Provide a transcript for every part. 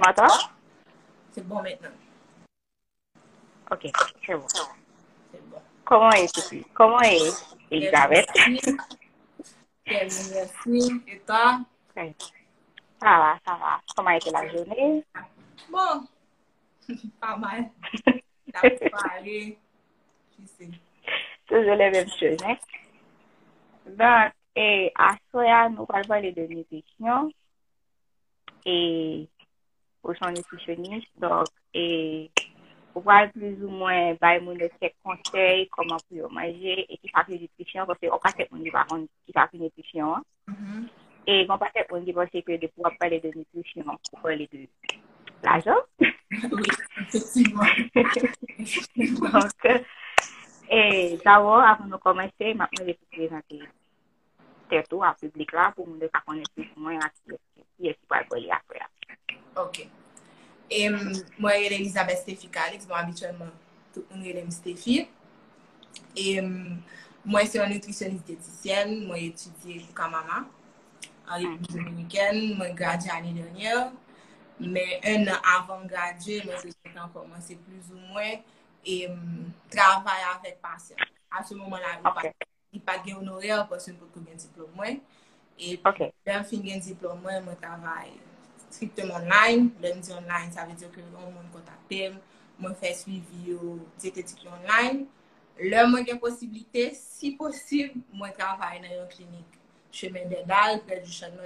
m'entends? C'est bon maintenant. Ok, c'est bon. C'est bon. Comment est Elisabeth? Bien, merci. Et toi? Oui, ça va, ça va. Comment a été la journée? Bon, pas mal. T'as parlé, tu sais. Toujours les mêmes choses, hein? Donc, à soir, nous allons parler de nutrition et pour son nutritionniste. Donc, on va plus ou moins bailler quelques conseils, comment pour manger et qui fait nutrition, parce qu'on passe on dit pas qui fait nutrition. Mhm. Et on passe on dit parce que de pouvoir parler de nutrition, pour parler de l'argent. Oui, effectivement. Donc, d'abord, avant de commencer, je vais vous présenter tout à public là pour nous connaître plus ou moins qui est qui va parler après. Ok. Et moi, je suis Elisabeth Stéphie Calix. Bon, habituellement, tout le monde est Stéphie. Et moi, je suis une nutritionniste diététicienne. Moi, j'ai étudié au Canada, en République dominicaine. Moi, j'ai gradué l'année dernière. Mais un an avant de graduer, moi, j'ai commencé plus ou moins et travailler avec patients. À ce moment-là, il n'y a pas de honoraire parce que je peux un diplôme. Et puis, quand je finis un diplôme, je travaille strictement online. Lundi online, ça veut dire que on me contacte, je fais suivi au diététique online. Là, moi, j'ai une possibilité, si possible, moi travaille dans une clinique chemin des Dalles, près du Champ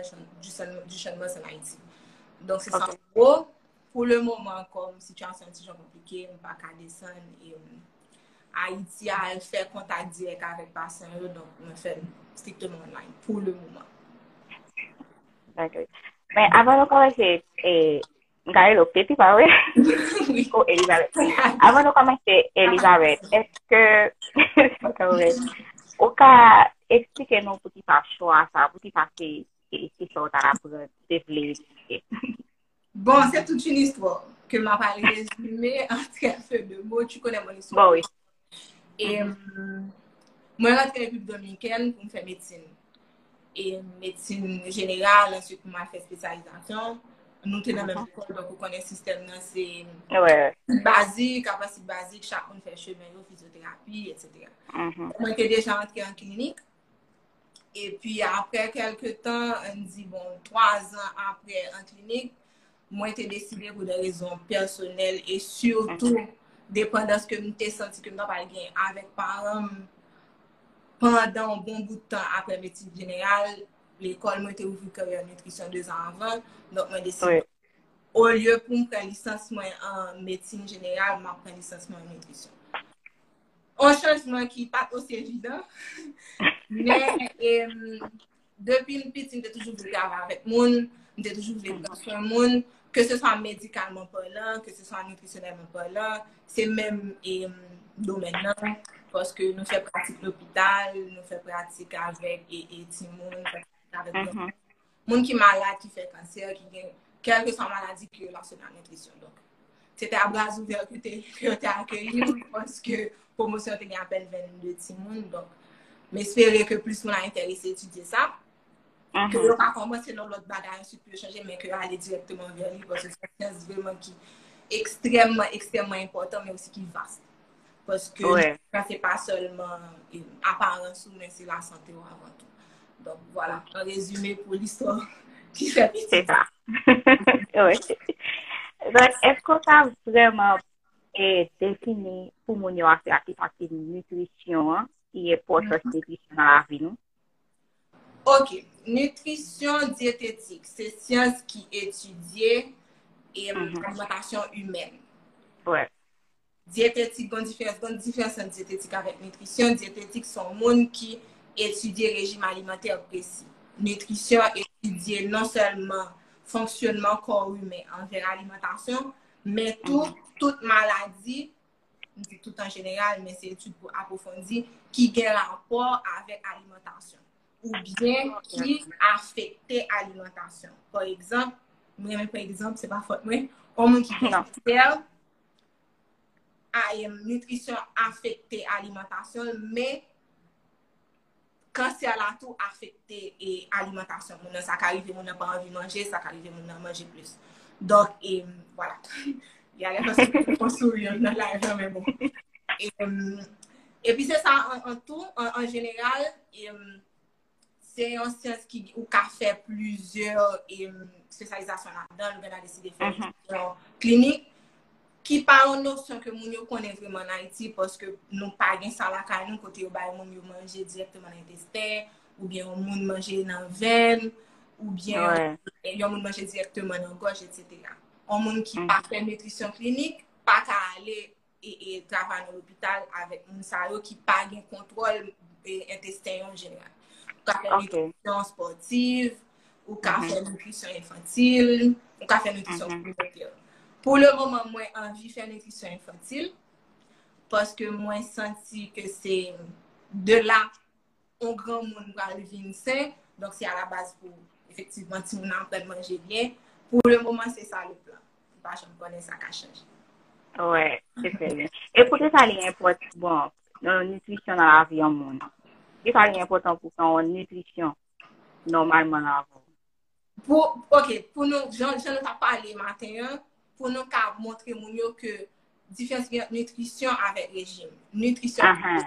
en Haïti. Donc, c'est ça. En gros, pour le moment, comme situation est toujours compliquée, je ne peux pas descendre. Et Haïti a fait contact direct avec les patients, donc on fait strictement online pour le moment. D'accord. Mais avant de commencer, Gaël, petit, pas vrai? Oui. Oh, Elisabeth. Avant de commencer, Elisabeth, est-ce que, au cas, expliquez-nous pour qui pas choix ça, pour qui pas c'est ça, t'as pour développer. Bon, c'est toute une histoire que m'a pas résumé en très peu de mots. Tu connais mon histoire. Bon, oui. Et moi, je rentre en République dominicaine pour faire médecine. Et médecine générale, ensuite, moi, je fais spécialisation. Nous sommes dans la même école, donc on connaît le système, c'est basique, capacité basique, chacun fait chemin, physiothérapie, etc. Moi, j'étais déjà entrée en clinique. Et puis, après quelques temps, on dit, bon, 3 ans après en clinique, moi, j'ai décidé pour des raisons personnelles et surtout, dépendant de ce que je senti que je n'ai pas gagné avec parents pendant un bon bout de temps après médecine générale. L'école m'a été ouverte carrière nutrition 2 ans avant. Donc, j'ai décidé, au lieu pour me prendre licence en médecine générale, je prends licence en nutrition. Un changement qui n'est pas aussi évident, mais depuis une petite, j'ai toujours voulu travailler avec le monde, j'ai toujours voulu prendre soin du monde, que ce soit médicalement parlant, que ce soit nutritionnellement parlant, c'est même domaine parce que nous faisons pratique l'hôpital, nous faisons pratique avec Timon, avec le monde qui est malade, qui fait cancer, qui a quelle que soit la maladie qui est relationnée à la nutrition. Donc, c'était à bras ouverts que tu as accueilli parce que promotion était à peine 22 Timon. Donc, j'espère que plus on a intéressé à étudier ça. Que l'on va commencer dans l'autre bagage, ensuite peut changer, mais que aller directement vers lui parce que c'est un science vraiment qui est extrêmement important, mais aussi qui est vaste. Parce que ça c'est pas seulement apparence, mais c'est la santé avant tout. Donc voilà, un résumé pour l'histoire qui fait petit. C'est ça. Oui. Donc, est-ce que tu as vraiment défini pour mon affaire qui fait nutrition, qui est pour la nutrition dans la vie, nous? Ok, nutrition diététique, c'est science qui étudie l'alimentation humaine. Ouais. Diététique, bonne différence entre diététique avec nutrition. Diététique sont monde qui étudie le régime alimentaire précis. Nutrition étudie non seulement fonctionnement corps humain envers l'alimentation, mais toute maladie, on dit tout en général, mais c'est étude pour approfondir, qui a un rapport avec l'alimentation ou bien qui affecte l'alimentation. Par exemple, c'est pas faute, on qui a cancer, nutrition affectée alimentation, mais cancer a tout affecté et alimentation. Ça arrive, on n'a pas envie de manger, ça arrive, on a manger plus. Donc, voilà. Il y a les personnes qui font sourire dans la vie, mais bon. Et puis, c'est ça en tout, en général. C'est une science qui a fait plusieurs spécialisations là-dedans. On a décidé de faire une étude clinique qui pas une notion que nous connaissons vraiment en Haïti parce que nous pas gain ça la caille nous côté au bail nous manger directement dans l'intestin ou bien on monde manger dans veine ou bien on monde manger directement dans gorge etc. On monde qui pas fait nutrition clinique pas qu'à aller et travailler dans l'hôpital avec moun sa yo qui pas gain contrôle intestin en général. Ou ka faire nutrition sportive ou ka faire nutrition infantile ou ka faire nutrition communautaire. Pour le moment, moi, envie de faire nutrition infantile parce que moi, senti que c'est de là, un grand monde va venir sain. Donc, c'est à la base pour, effectivement, si on a envie de manger bien. Pour le moment, c'est ça le plan. Je ne connais ça qui change. Ouais, c'est très bien. Et pour que ça soit important, bon, dans la nutrition dans la vie en monde, c'est ça important pour qu'on ait une nutrition normalement dans la vie. Pour nous, j'en ai parlé matin, pour nous montrer que différence entre nutrition avec régime. Nutrition.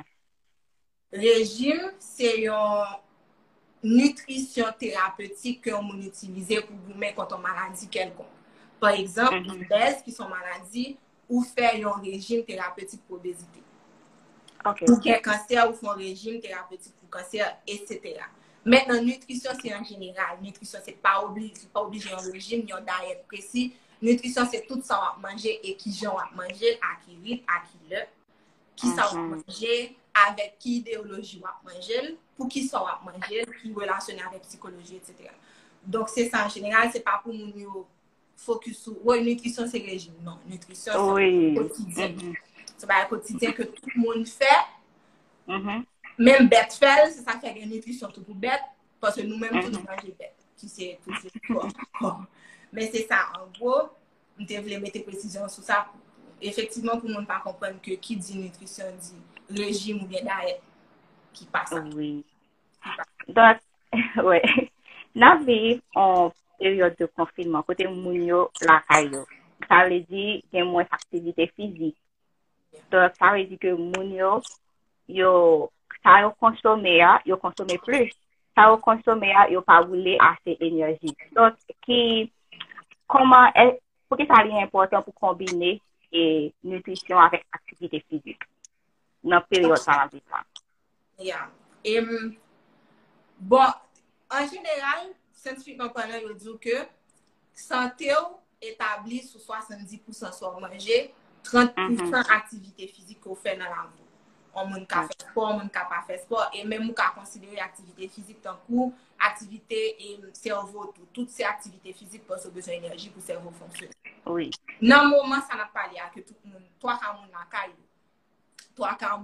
Régime, c'est une nutrition thérapeutique que on utilise pour vous mettre contre une maladie quelconque. Par exemple, les qui sont maladies ou faire un régime thérapeutique pour l'obésité. Ou qu'il y a cancer ou font un régime thérapeutique pour cancer, etc. Maintenant, nutrition, c'est en général. Nutrition, c'est pas obligé un régime, un diète précis. Nutrition, c'est tout ça à manger et qui j'en à manger, à qui vite, à qui le, qui ça à manger, avec qui idéologie à manger, pour qui ça à manger, qui relationne avec psychologie, etc. Donc, c'est ça en général, c'est pas pour nous focus sur, nutrition, c'est régime. Non, nutrition, c'est quotidien. C'est pas le quotidien que tout le monde fait. Même bête fait, c'est ça qui fait une nutrition tout pour bête, parce que nous-mêmes, tout nous mangeons bête. Qui c'est tout c'est mais c'est ça, en gros, on devrait mettre précision sur ça. Effectivement, pour ne pas comprendre que qui dit nutrition dit régime ou bien diète qui passe. Oui. Donc, ouais. Nous vivons en période de confinement, côté mounio la caillou. Ça veut dire qu'il y a moins d'activité physique. Donc, ça veut dire que mounio, ça yo consommer plus. Ça yo consommer, yo pas rouler assez énergie. Donc, pour que ça est important pour combiner nutrition avec activité physique dans la période ça Yeah. Bon, en général, scientifiquement parlant, ils disent que santé établie sur 70% sur manger, 30% activité physique qu'on fait dans la vie. On peut faire sport, on peut pas faire sport, et même on peut considérer activité physique tant coup, activité et cerveau, toutes ces activités physiques parce qu'on a besoin d'énergie pour le cerveau fonctionner. Oui. Dans le moment, ça n'a pas l'air que tout le monde, toi, quand on a caillou, toi, quand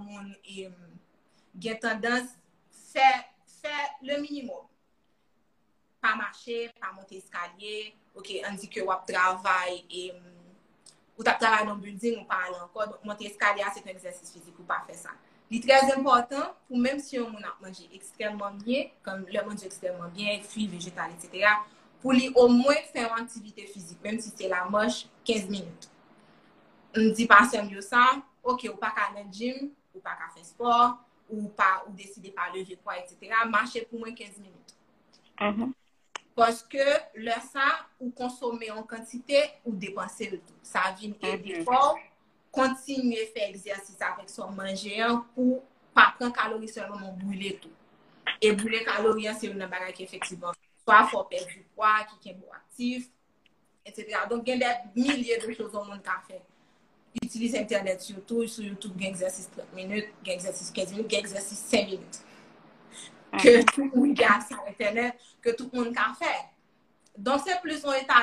on a tendance faire le minimum. Pas marcher, pas monter escalier, ok, on dit que on travaille et ou travaille dans le building, on parle encore, donc monter escalier, c'est un exercice physique, ou pas faire ça. C'est très important, pour même si on a mangé extrêmement bien, comme le manger extrêmement bien, fruits, végétales, etc., pour lui au moins faire une activité physique, même si c'est la marche, 15 minutes. On dit pas mieux ça, ok, ou pas qu'à aller au gym, ou pas qu'à faire sport, ou décider pas lever poids, etc., marcher pour moins 15 minutes. Parce que le sang, ou consommer en quantité, ou dépenser le tout. Ça vient aider fort, continuer à faire exercice avec son manger pour pas prendre calories seulement brûler tout. Et brûler calories, c'est une bagarre qui effectivement, soit faut perdre du poids, qui est bon actif, etc. Donc, il y a des milliers de choses au monde qu'a fait. Utilise Internet surtout, sur YouTube, il y a exercice 30 minutes, il y a exercice 15 minutes, il y a exercice 5 minutes. Que tout le monde regarde sur Internet, que tout le monde a fait. Donc, c'est plus un état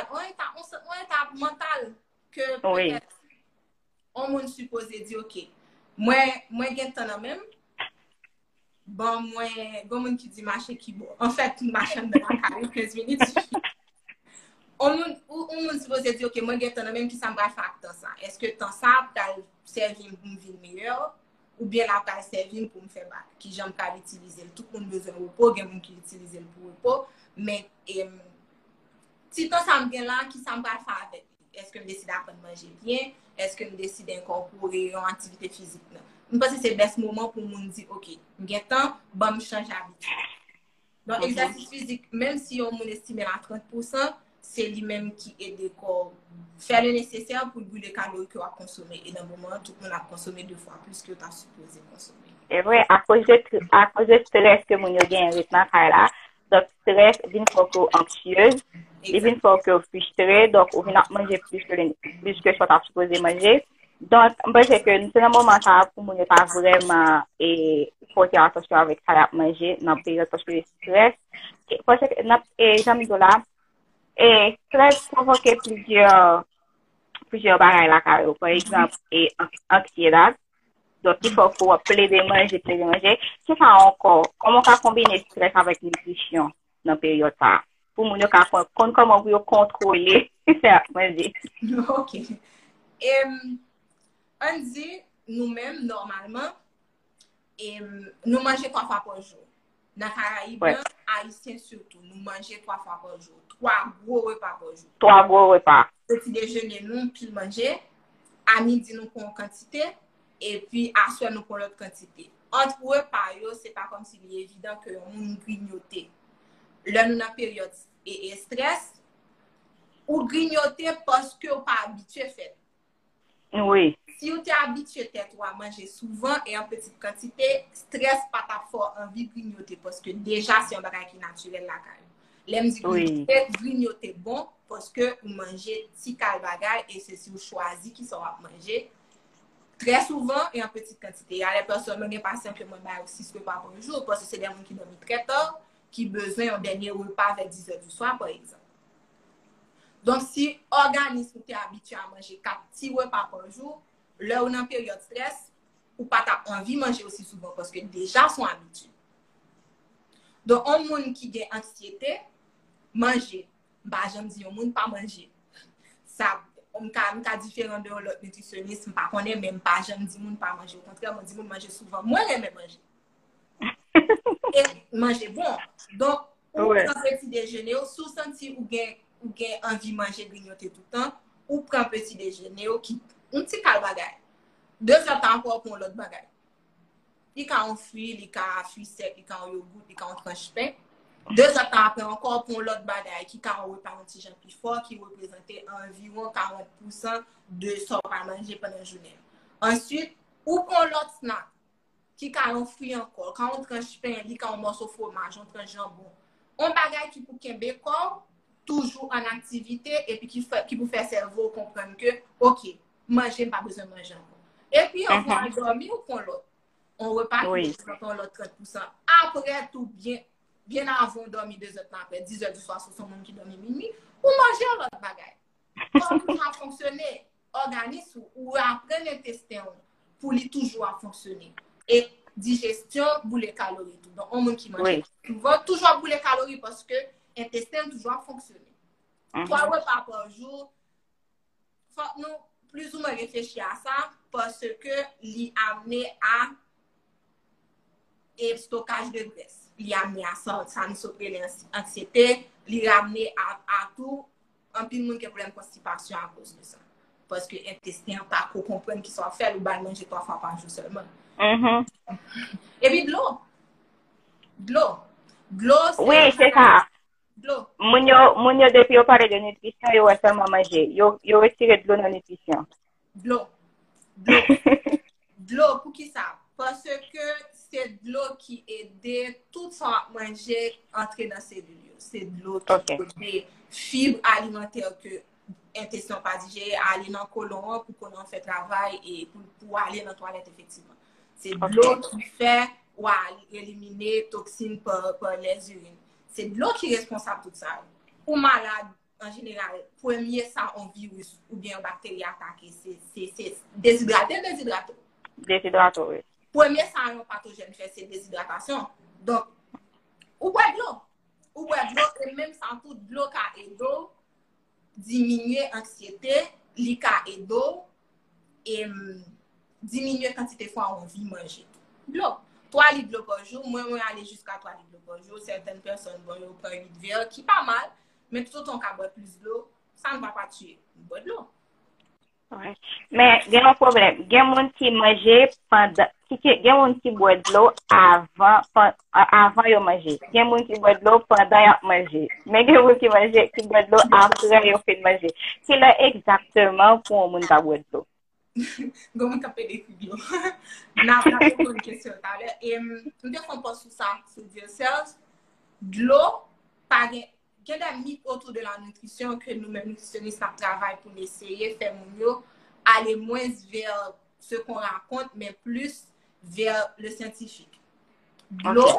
mental que peut-être on monde supposé dire, ok, moi, j'ai temps même, bon, moi, il y qui dit marcher qui bon. En fait, marcher dans la carrière 15 minutes suffit. On monde supposé dire, ok, moi, j'ai temps même qui ça me va faire temps ça. Est-ce que temps ça va servir pour me vivre meilleur? Ou bien la va servir pour me faire battre, qui j'aime pas l'utiliser. Tout le monde besoin de repos, il y a des gens qui l'utilisent pour repos, mais Si ton ça me gen là, qui ça me va faire avec? Est-ce que je décide d'apprendre à manger bien? Est-ce que je décide d'incorporer une activité physique? Je pense que c'est le best moment pour me dire, OK, j'ai temps, bon, je change d'habitude. Donc, exercice physique, même si on estime à 30%, c'est lui-même qui aide le corps faire le nécessaire pour brûler les calories qu'on a consommées. Et dans le moment, tout le monde a consommé 2 fois plus que tu as supposé consommer. C'est vrai, à cause de stress que mon yo gen maintenant là, donc stress vient faire que anxieuse, il vient faire que frustré, donc on vient manger plus que ce qu'on a supposé manger. Donc, parce que c'est un moment ça pour mon yo pas vraiment et porter attention avec ça à manger dans la période parce que le stress, parce que j'aime là, et stress provoque plusieurs bagages là, par exemple, et anxiété. Donc, il faut plaider manger, plaider manger. C'est ça encore. Comment on peut combiner stress avec nutrition dans la période ça? Pour nous, comment vous contrôler ça manger? OK. On dit, nous-mêmes, normalement, nous mangeons 3 fois par jour. Dans les Caraïbes, Haïtiens surtout, nous mangeons 3 fois par jour. 3 gros repas par jour. 3 gros repas. Petit déjeuner, nous, puis manger. À midi, nous prenons quantité. Et puis, à soir, nous prenons l'autre quantité. Entre repas, c'est pas comme s'il est évident que nous grignoter. Là, nous, dans la période et stress, ou grignoter parce que vous pas habitué à faire. Oui. Si vous êtes habitué à manger souvent et en petite quantité, stress pas ta fort envie de grignoter parce que déjà c'est un bagage qui est naturel la carne. L'aime dit grignoter bon parce que vous mangez si cal bagage et c'est si vous choisissez qui sera manger très souvent et en petite quantité. Il y a des personnes qui pas simplement 6 repas par jour parce que c'est des gens qui dorment très tard qui ont besoin d'un dernier repas vers 10 h du soir par exemple. Donc, si l'organisme est habitué à manger 4 petits repas par jour, là où dans une période de stress, ou pas envie de manger aussi souvent parce que déjà sont habitués. Donc, un monde qui a anxiété, manger. Bah, j'aime dire, un monde pas manger. Ça, on est différent de l'autre nutritionniste, pas qu'on est même pas, j'aime dire, monde pas manger. Au contraire, on dit, monde manger souvent. Moi, j'aime manger. Et manger bon. Donc, ou prend petit déjeuner, ou sous senti ou gen envie de manger grignoter tout le temps, ou prend petit déjeuner, ou qui un petit cal bagay. 2 heures temps encore pour l'autre bagay. Il y a un fruit, il y a un fruit sec, il y a un yogourt, il y a un tranche pain. 2 heures temps après encore pour l'autre bagay qui a un repas un petit plus fort qui représentait environ 40% de ce qu'on va manger pendant la journée. Ensuite, ou pour l'autre snack qui a un fruit encore, quand on tranche pain, il y a un morceau de fromage, on tranche jambon. Un bagay qui pour qu'un corps toujours en activité et puis qui vous fait cerveau comprendre que ok, manger pas besoin de manger encore. Et puis on va dormir ou qu'on l'autre. On repart on l'autre 30%. Après tout bien avant de dormir 2 heures après 10 h du soir sur son monde qui dormit minuit ou manger l'autre bagay. Comme tout a fonctionné, organisme ou après l'intestin pour lui toujours à fonctionner. Et digestion pour les calories tout. Donc on monde qui mange souvent toujours pour les calories parce que l'intestin toujours fonctionner. 3 repas par jour, faut nous plus ou moins réfléchir à ça parce que l'y amené à et stockage de graisse. L'y amené à ça nous sauve l'anxiété, l'y amené à tout un peu de monde qui a problème de constipation à cause de ça. Parce que l'intestin pas qu'on comprenne qu'il soit fait ou bien manger 3 fois par jour seulement. Et puis de l'eau. De l'eau, oui, c'est ça. Moun yo depuis yo parle de nutrition, yo seulement manger. Yo retire de l'eau dans la nutrition. De l'eau, pour qui ça? Parce que c'est de l'eau qui aide tout ça à manger, entrer dans ces cellules. C'est de l'eau qui aide des fibres alimentaires que l'intestin pas digéré, aller dans le côlon pour qu'on en fait travail et pour aller dans la toilette effectivement. C'est de l'eau qui fait ou éliminer toxines par les urines. C'est de l'eau qui est responsable de tout ça. Pour malade, en général, premier, ça, un virus ou bien une bactérie attaquée, c'est déshydraté. Déshydraté, oui. Premier, ça, un pathogène fait, c'est déshydratation. Donc, ou boire de l'eau. Ou boire de l'eau, et même sans tout de l'eau qui aide diminuer l'anxiété, l'ICA aide et diminuer la quantité de fois où on vit manger. De l'eau. 3 litres par jour, moi, aller jusqu'à 3 litres par jour. Certaines personnes vont prendre 8 verres, qui pas mal. mais tout autant qu'à boire plus d'eau, ça ne va pas tuer. Boire de l'eau. Ouais. Mais il y a un problème. Il y a des gens qui mangent pendant, il y a des gens qui boivent de l'eau avant de manger. Il y a des gens qui boivent de l'eau pendant de manger. Mais il y a des gens qui boivent de l'eau après de fait manger. C'est là exactement pour un monde qui boit de l'eau. Comment tu peux décrire? N'a pas une question tout à l'heure. Et nous devons penser sur ça, sur dire de l'eau, pas il y a des mythes autour de la nutrition que nous-mêmes nutritionnistes travaillons pour essayer de faire mieux, aller moins vers ce qu'on raconte, mais plus vers le scientifique. De l'eau,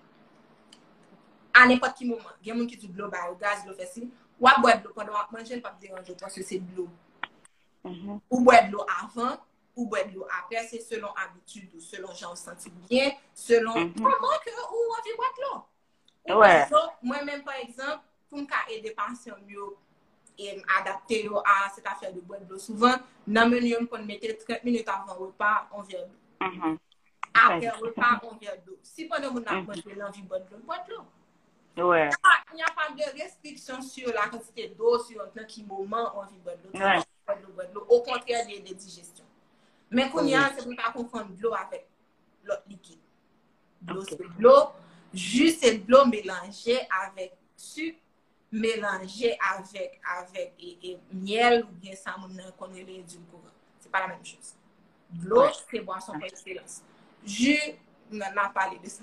à n'importe quel moment, il y a des gens qui disent de l'eau, bah, au gaz, de l'eau facile, ou à boire de l'eau pendant qu'on mange, pas déranger parce que c'est de l'eau. Ou boire de l'eau avant, ou boire de l'eau après, c'est selon habitude ou selon j'en senti bien, selon comment que ou envie boire de l'eau. Ouais. Moi-même, par exemple, pour me aider des patients mieux et adapter à cette affaire de boire de l'eau, souvent, dans le menu, on mettre 30 minutes avant le repas, on vient d'eau. Après le repas, on vient d'eau. Si pendant mon approche, l'envie de boire de l'eau. Ouais. Il n'y a pas de restriction sur la quantité d'eau, sur quel moment on vit boire de l'eau. Au contraire, des digestions. Mais qu'on y a, c'est pour ne pas confondre de l'eau avec l'autre liquide. De l'eau, c'est de l'eau. Juste c'est de l'eau mélangée avec sucre, mélangée avec miel ou bien ça, on connaît les édulcorants. C'est pas la même chose. De l'eau, c'est boisson par excellence. Jus, on a parlé de ça.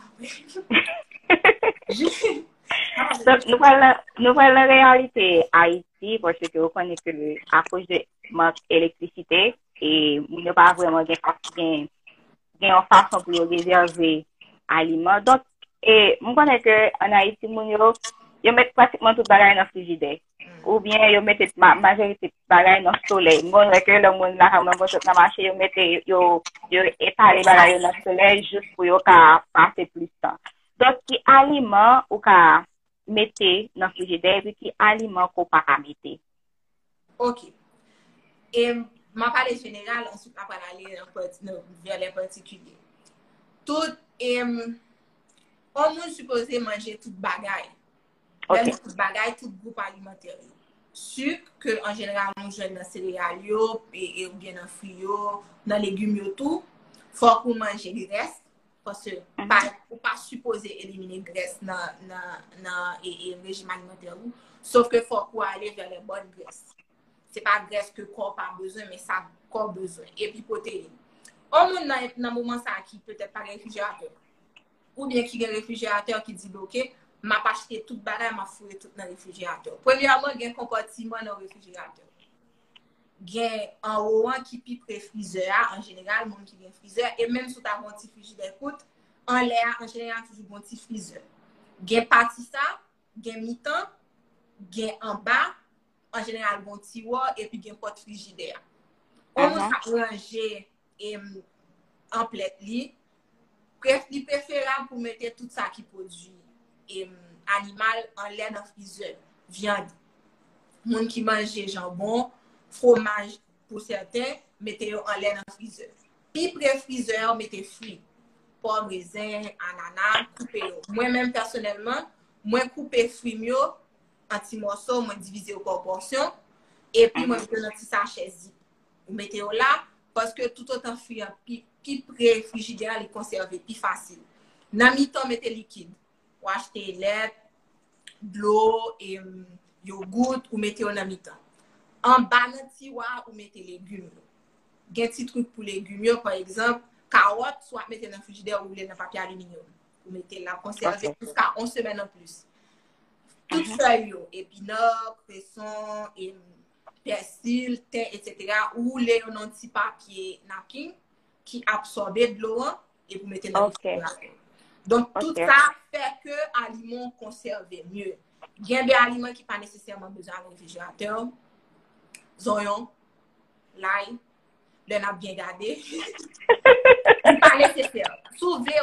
Donc, nous voyons la réalité Haïti parce que vous connaissez que à cause de manque d'électricité et nous n'avons pas vraiment une façon pour réserver aliments. Donc, et nous connaissons qu'en Haïti, ils mettent pratiquement tout le bagage dans le frigidaire. Ou bien, ils mettent la majorité de bagage dans le soleil. Moi, que le monde là, quand on marché, ils mettent, ils étalent les bagages dans le soleil juste pour qu'ils passer plus de temps. Donc, qui aliments ou qu'à mettre dans le frigidaire et qui aliments qu'on pas à mettre. OK. Et ma parole générale, ensuite, on va aller vers les particuliers. Tout, on nous supposé manger toute bagaille. Okay. Toute bagaille, tout groupe alimentaire. Sucre, que en général, on joue dans les céréales, et bien dans les fruits, dans les légumes, tout. Faut qu'on mange graisse, parce que on pas supposé éliminer graisse dans le régime alimentaire. Sauf que faut qu'on aller vers les bonnes graisses. C'est pas graisse que le corps n'a pas besoin, mais ça le corps a besoin. Et puis protéines. On dans un moment ça qui peut-être pas réfrigérateur. Ou bien qui a un réfrigérateur qui dit OK, m'a pas acheté toute bagage, m'a fouillé tout dans le réfrigérateur. Premièrement, il y a un compartiment dans le réfrigérateur. Il y a un haut qui pipe le freezer, en général, monde qui a un freezer, et même si tu as un petit frigidaire, écoute, en l'air, en général, toujours un petit freezer. Il y a partie ça, il y a mi-temps, il y a en bas, en général, bon tiroir, et puis il y a un pot frigidaire. On va ranger en plate li. Il préférable pour mettre tout ça qui produit animal en lait dans le freezer. Viande. Moun qui mange jambon, fromage pour certains, mettez en lait dans le freezer. Puis pré-freezer, mettez fruits. Pomme, raisin, ananas, coupez. Moi-même, personnellement, moi couper fruits mieux en petits morceaux, moi diviser en proportions. Et puis, moi, je mets un petit sachet zip. Vous mettez là, parce que tout autant fruits, puis pré-frigidaire, les conserver, plus facile. Dans mi-temps, mettez liquide. Ou achetez lait, de l'eau, et yogourt, ou mettez dans mi-temps. En bas, dans le tiroir, vous mettez légumes. Il y a un petit truc pour légumes, par exemple, carottes, soit mettez dans le frigidaire ou dans le papier aluminium. Vous mettez là, conserver jusqu'à 11 semaines en plus. Toutes feuilles, épinards, cresson, persil, thym, etc. Ou les un petit papier napkin qui absorbe de l'eau et vous mettez dans le frigidaire. Donc, tout ça fait que aliments conservés mieux. Il y a des aliments qui n'ont pas nécessairement besoin d'un réfrigérateur. Zoyon, l'ail, le n'a bien gardé. C'est pas nécessaire. Souvent,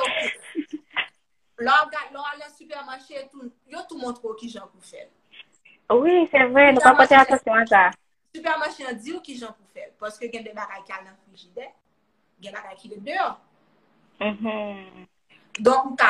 là, dans le supermarché, tout montre qui j'en pour faire. Oui, c'est vrai, nous pas porter attention à ça. Supermarché dit qui j'en pour faire. Parce que il y a des bagages qui sont dans le frigidaire, il y a des bagages qui sont dehors. Donc,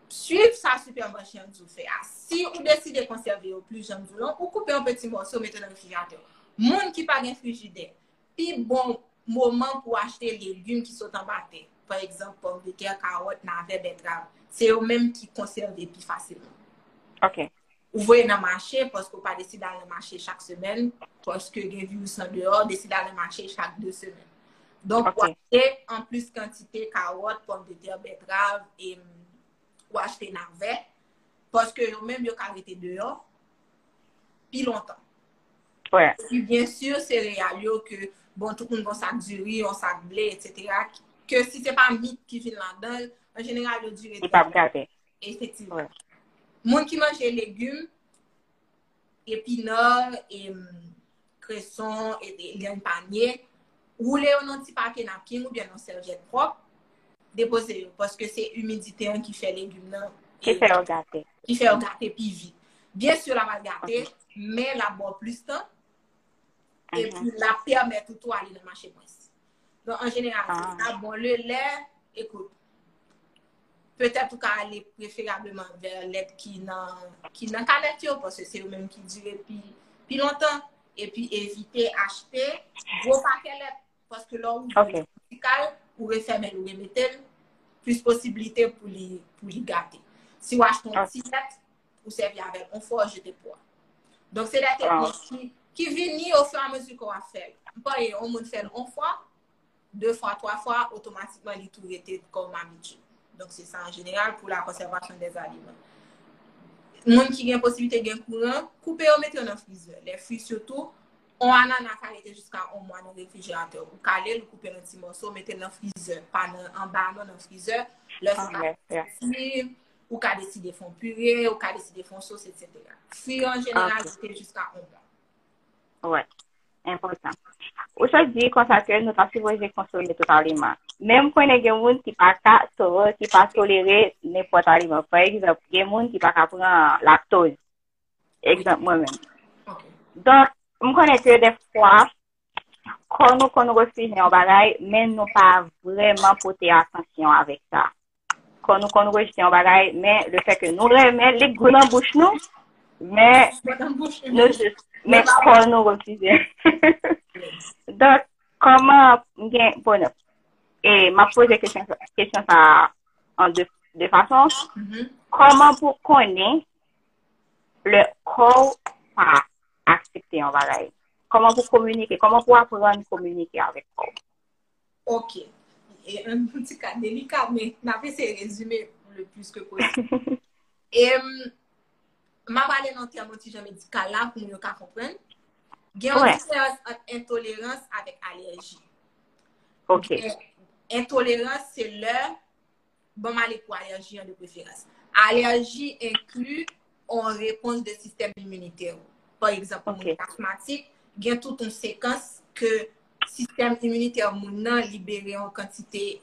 suivre sa supermarché en fait. Si vous décidez de conserver au plus j'aime ou couper un petit morceau, mettez dans le réfrigérateur. Moun qui pas un frigidaire, puis bon moment pour acheter les légumes qui sont en bâton. Par exemple, pommes de terre, carottes, navets, betteraves. C'est eux-mêmes qui conservent plus facilement. OK. Vous voyez dans le marché, parce que vous pas décider d'aller au marché chaque semaine, parce que les virus sont dehors, décider d'aller au marché chaque 2 semaines. Donc, vous achetez en plus quantité carottes, pommes de terre, betteraves et ou acheter navets, parce que eux-mêmes, ils ont arrêté dehors, puis longtemps. Ouais. Et bien sûr, c'est réel que, bon, tout le monde a un sac du riz, un sac de blé, etc. Que si ce n'est pas mythe qui vient là-dedans, en général, il dure. Il pas gâter. Effectivement. Ouais. Moun qui mange les légumes, épinards, et cressons, et les paniers, roulez un petit papier napkin ou bien une serviette propre, déposez-le, parce que c'est l'humidité qui fait les légumes là. Qui fait gâter. Qui fait gâter puis vite. Bien sûr, la va gâter, mais la boit plus de temps. Et puis la permet tout aller dans le marché. Donc, en général, c'est ça. Bon, le lait, écoute, peut-être qu'on va aller préférablement vers le lait qui n'a canette, parce que c'est eux-mêmes qui durent plus longtemps. Et puis, éviter acheter gros paquets de lait, parce que là, où vous refermez, vous remettez, plus possibilité pour les gâter. Si vous achetez un petit lait, vous servez avec un foie, jetez poids. Donc, c'est la technique qui vient au fur et à mesure qu'on va faire. On peut faire une fois, 2 fois, 3 fois, automatiquement, il tout était comme habitude. Donc, c'est ça en général pour la conservation des aliments. Les gens qui ont une possibilité de courant, coupez ou mettez dans le freezer. Les fruits surtout, on a arrêté jusqu'à 1 mois dans le réfrigérateur. Vous calez, vous coupez un petit morceau, mettez dans le freezer, pas en bas, dans le freezer. Ou qu'à décider de faire purée, ou qu'à décider de faire sauce, etc. Fruits en général, c'était jusqu'à 1 mois. Ouais, important. Aujourd'hui, quand ça que nous avons supposé consommer tout aliment. Même quand il y a des gens qui ne pas tolérer n'importe aliment. Par exemple, il y a des gens qui ne pas prendre lactose. Exemple, moi-même. Donc, je connais que des fois, quand nous refusons un bagage, mais nous pas vraiment porter attention avec ça. Quand nous refusons un bagage, mais le fait que nous remettons les goûts dans la bouche, nous, mais quand nous refusons. Donc, comment, bon, et m'a posé question ça en deux façons. Comment pour connaître le corps pas accepter un bagage? Comment pour communiquer? Comment pour apprendre à communiquer avec le corps? Ok. Et un petit cas délicat, mais on a fait ces résumés le plus que possible. Et ma parler dans le terme médical là pour nous comprendre. Il y a une différence entre intolérance avec allergie. Ok. Intolérance, c'est bon aller pour allergie de préférence. Allergie inclut en réponse de système immunitaire. Par exemple, pour les asthmatiques, il y a toute une séquence que le système immunitaire moun libéré en quantité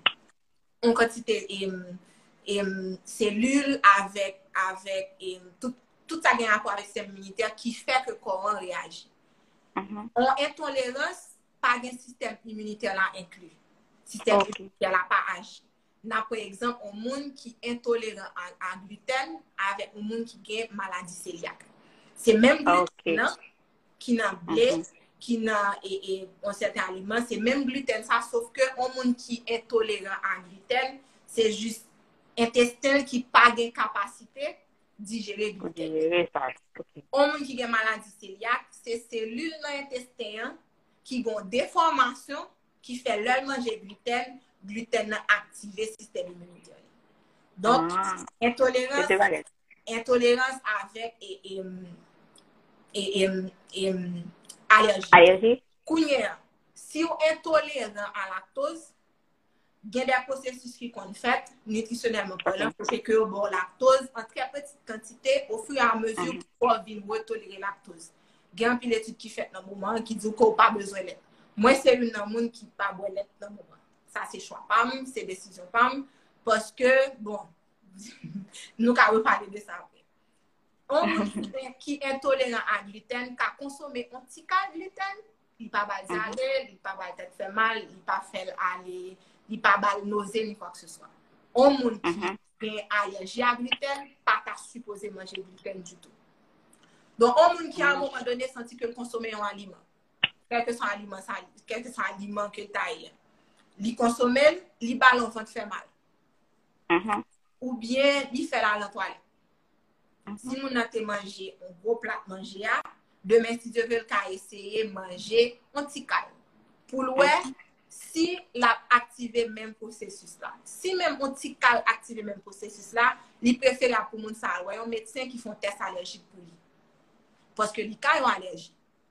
cellules avec tout ça a rapport avec le système immunitaire qui fait que le corps réagit. En intolérance, pas de système immunitaire là inclus. Système immunitaire là pas agi. N'a par exemple un monde qui est intolérant à gluten avec un monde qui a maladie cœliaque. C'est même gluten qui n'a blé, qui n'a un certain aliment, c'est même gluten ça, sauf que un monde qui est intolérant à gluten, c'est juste intestin qui pas de capacité digérer gluten. Un monde qui a maladie cœliaque, c'est cellules dans l'intestin qui ont des déformation qui fait leur manger gluten activer le système immunitaire. Donc, intolérance avec allergie. Si vous êtes intolérant à lactose, il y a des processus qui sont faits nutritionnellement parlant pour que bon lactose en très petite quantité au fur et à mesure pour venir tolérer lactose. Il y a une étude qui fait dans le moment qui dit qu'on n'a pas besoin de lait. Moi, c'est une monde qui n'a pas besoin de lait dans le moment. Ça, c'est choix PAM, c'est décision PAM, parce que, bon, nous allons parler de ça après. Un monde qui est intolérant à gluten, qui a consommé un petit cas de gluten, il n'a pas de diarrhée, il n'a pas de fait mal, il n'a pas fait aller, il n'a pas de nausée, ni quoi que ce soit. Un monde gen allergie à gluten, pas ta supposé manger gluten du tout. Donc, on moun qui à un moment donné senti que consommer un aliment, quel que soit aliment que tu as, li consommer, li ballon ventre fait mal. Ou bien, li fait la toilette. Si moun nan te manger un gros plat manger, demain, si Dieu veut essayer de manger un petit calme. Pour l'oué, si l'a activé même processus là. Si même un petit calme activé même processus là, il préfère pour moun sa ouais, un médecin qui font test allergique pour lui. Parce que li ka yon allergie.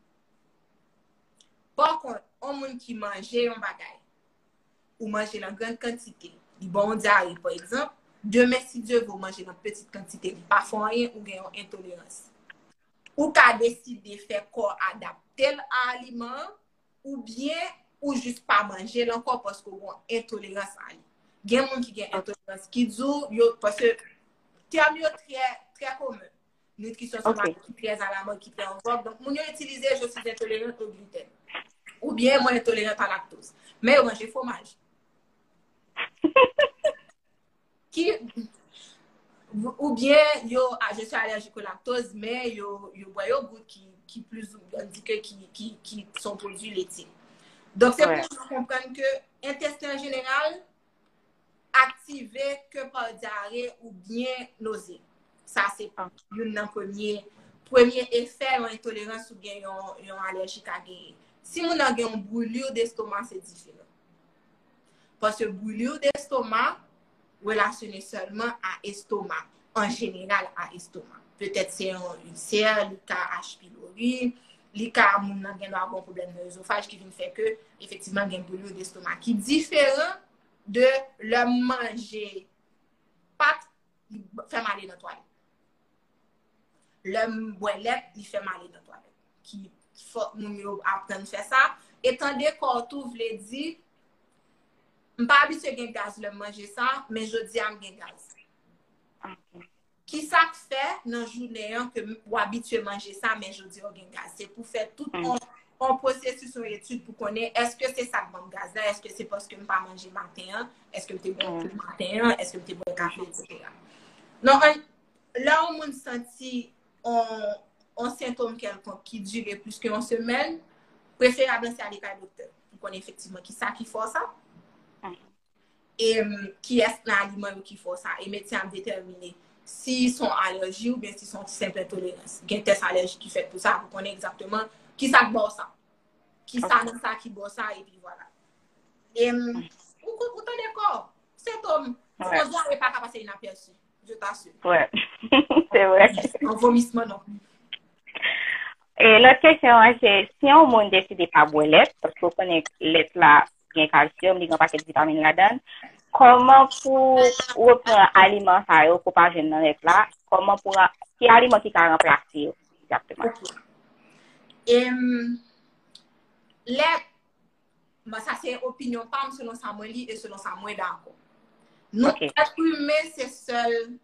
Par contre, un moun qui mange un bagay ou manger en grande quantité, li bon diarrhée par exemple, demain si Dieu veut manger en petite quantité, li pas font rien ou gen une intolérance. Ou ka décider faire corps adapter à l'aliment ou bien ou juste pas manger encore parce que bon intolérance à lui. Gen moun qui gen intolérance qui dit parce que terme très commun. Nutrition somatique qui très à la mode qui très en vogue. Donc moun yo utiliser je suis intolérant au gluten ou bien moi intolérant à la lactose. Mais yo manger fromage. Qui ou bien je suis allergique au lactose mais yo bois yogourt qui plus indiqué qui sont produits laitiers. Donc c'est pour comprendre que intestin général activé que par diarrhée ou bien nausée. Ça c'est un premier effet en intolérance ou bien yon allergique à gagner. Si on a une brûlure d'estomac c'est différent. Parce que brûlure d'estomac relationné seulement à estomac, en général à estomac. Peut-être c'est un ulcère, le cas H. pylori, le cas moun nan gen un bon problème de l'œsophage qui vient faire que effectivement gen brûlure d'estomac qui est différent de le manger pas fait mal dans la toilette. Le boilet il fait mal dans la toilette. Qui faut moun apprendre à faire ça étant donné qu'on tout vle dire m'pas habitué gen gaz le manger ça mais je dis am gen gaz. Qui ça fait dans journée que ou habitué manger ça mais je dis gen gaz c'est pour faire tout on processus sur étude pour connaître est-ce que c'est ça bon gaz là est-ce que c'est parce que m'pas manger matin est-ce que t'es bon pour matin est-ce que t'es bon café etc. Non là on moun senti on symptôme quelconque qui dure plus qu'une semaine préférable c'est aller à docteur pour connaître effectivement qui ça qui fait ça. Et qui est l'aliment qui fait ça et médecin a déterminé s'ils sont allergiques ou bien s'ils sont simple intolérance. Il y a un test allergique qui fait pour ça pour connaître exactement qui ça boit ça. Qui ça dans ça qui boit ça et puis voilà. Et vous tenez d'accord? C'est homme. On ne pas passer inaperçu. Je t'assure. Ouais. C'est vrai. Un vomissement non. Et l'autre question c'est si on monde décide pas boire lait parce qu'on connaît lait là gen calcium, il y a un paquet de vitamines là-dedans. Comment pour reprendre aliment ça yo pour pas jeune dans là, comment pour qui aliment qui ka remplacer exactement. Et lait ça c'est opinion pas selon ça moi li et selon ça moi d'accord. Nous être humain c'est seul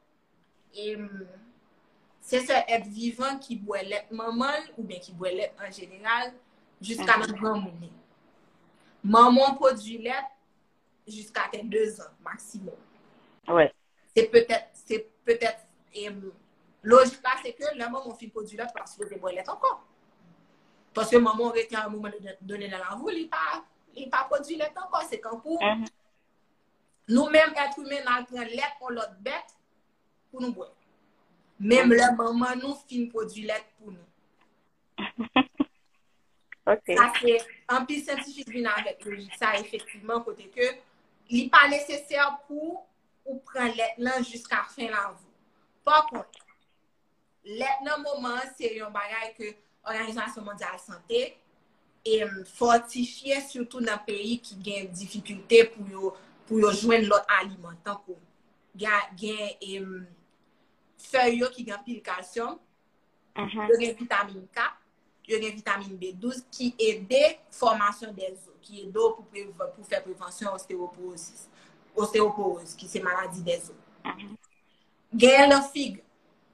être vivant qui boit lait maman ou bien qui boit lait en général jusqu'à notre grand monde. Maman produit lait jusqu'à 2 ans maximum. Ouais. C'est peut-être logique là c'est que la maman fait produit lait parce que boit lait encore. Parce que maman retient un moment donné dans la voie, il pas produit lait encore, c'est quand pour nous-mêmes être humains nous prend lait pour l'autre bête pour nous boire. Même la maman nous fin produit lait pour nous. Okay. Ça c'est un peu scientifique vient avec logique ça effectivement côté que il pas nécessaire pour ou prendre lait là jusqu'à fin la vie. Par contre lait dans moment c'est un bagage que l'Organisation mondiale santé et fortifier surtout dans pays qui gagne difficulté pour joindre l'autre aliment tant que gagne feuilles qui gagne pile calcium, gagne vitamine K, gagne vitamine B12 qui aide formation des os, qui aide pour faire prévention ostéoporose qui c'est maladie des os. Gagne la figue.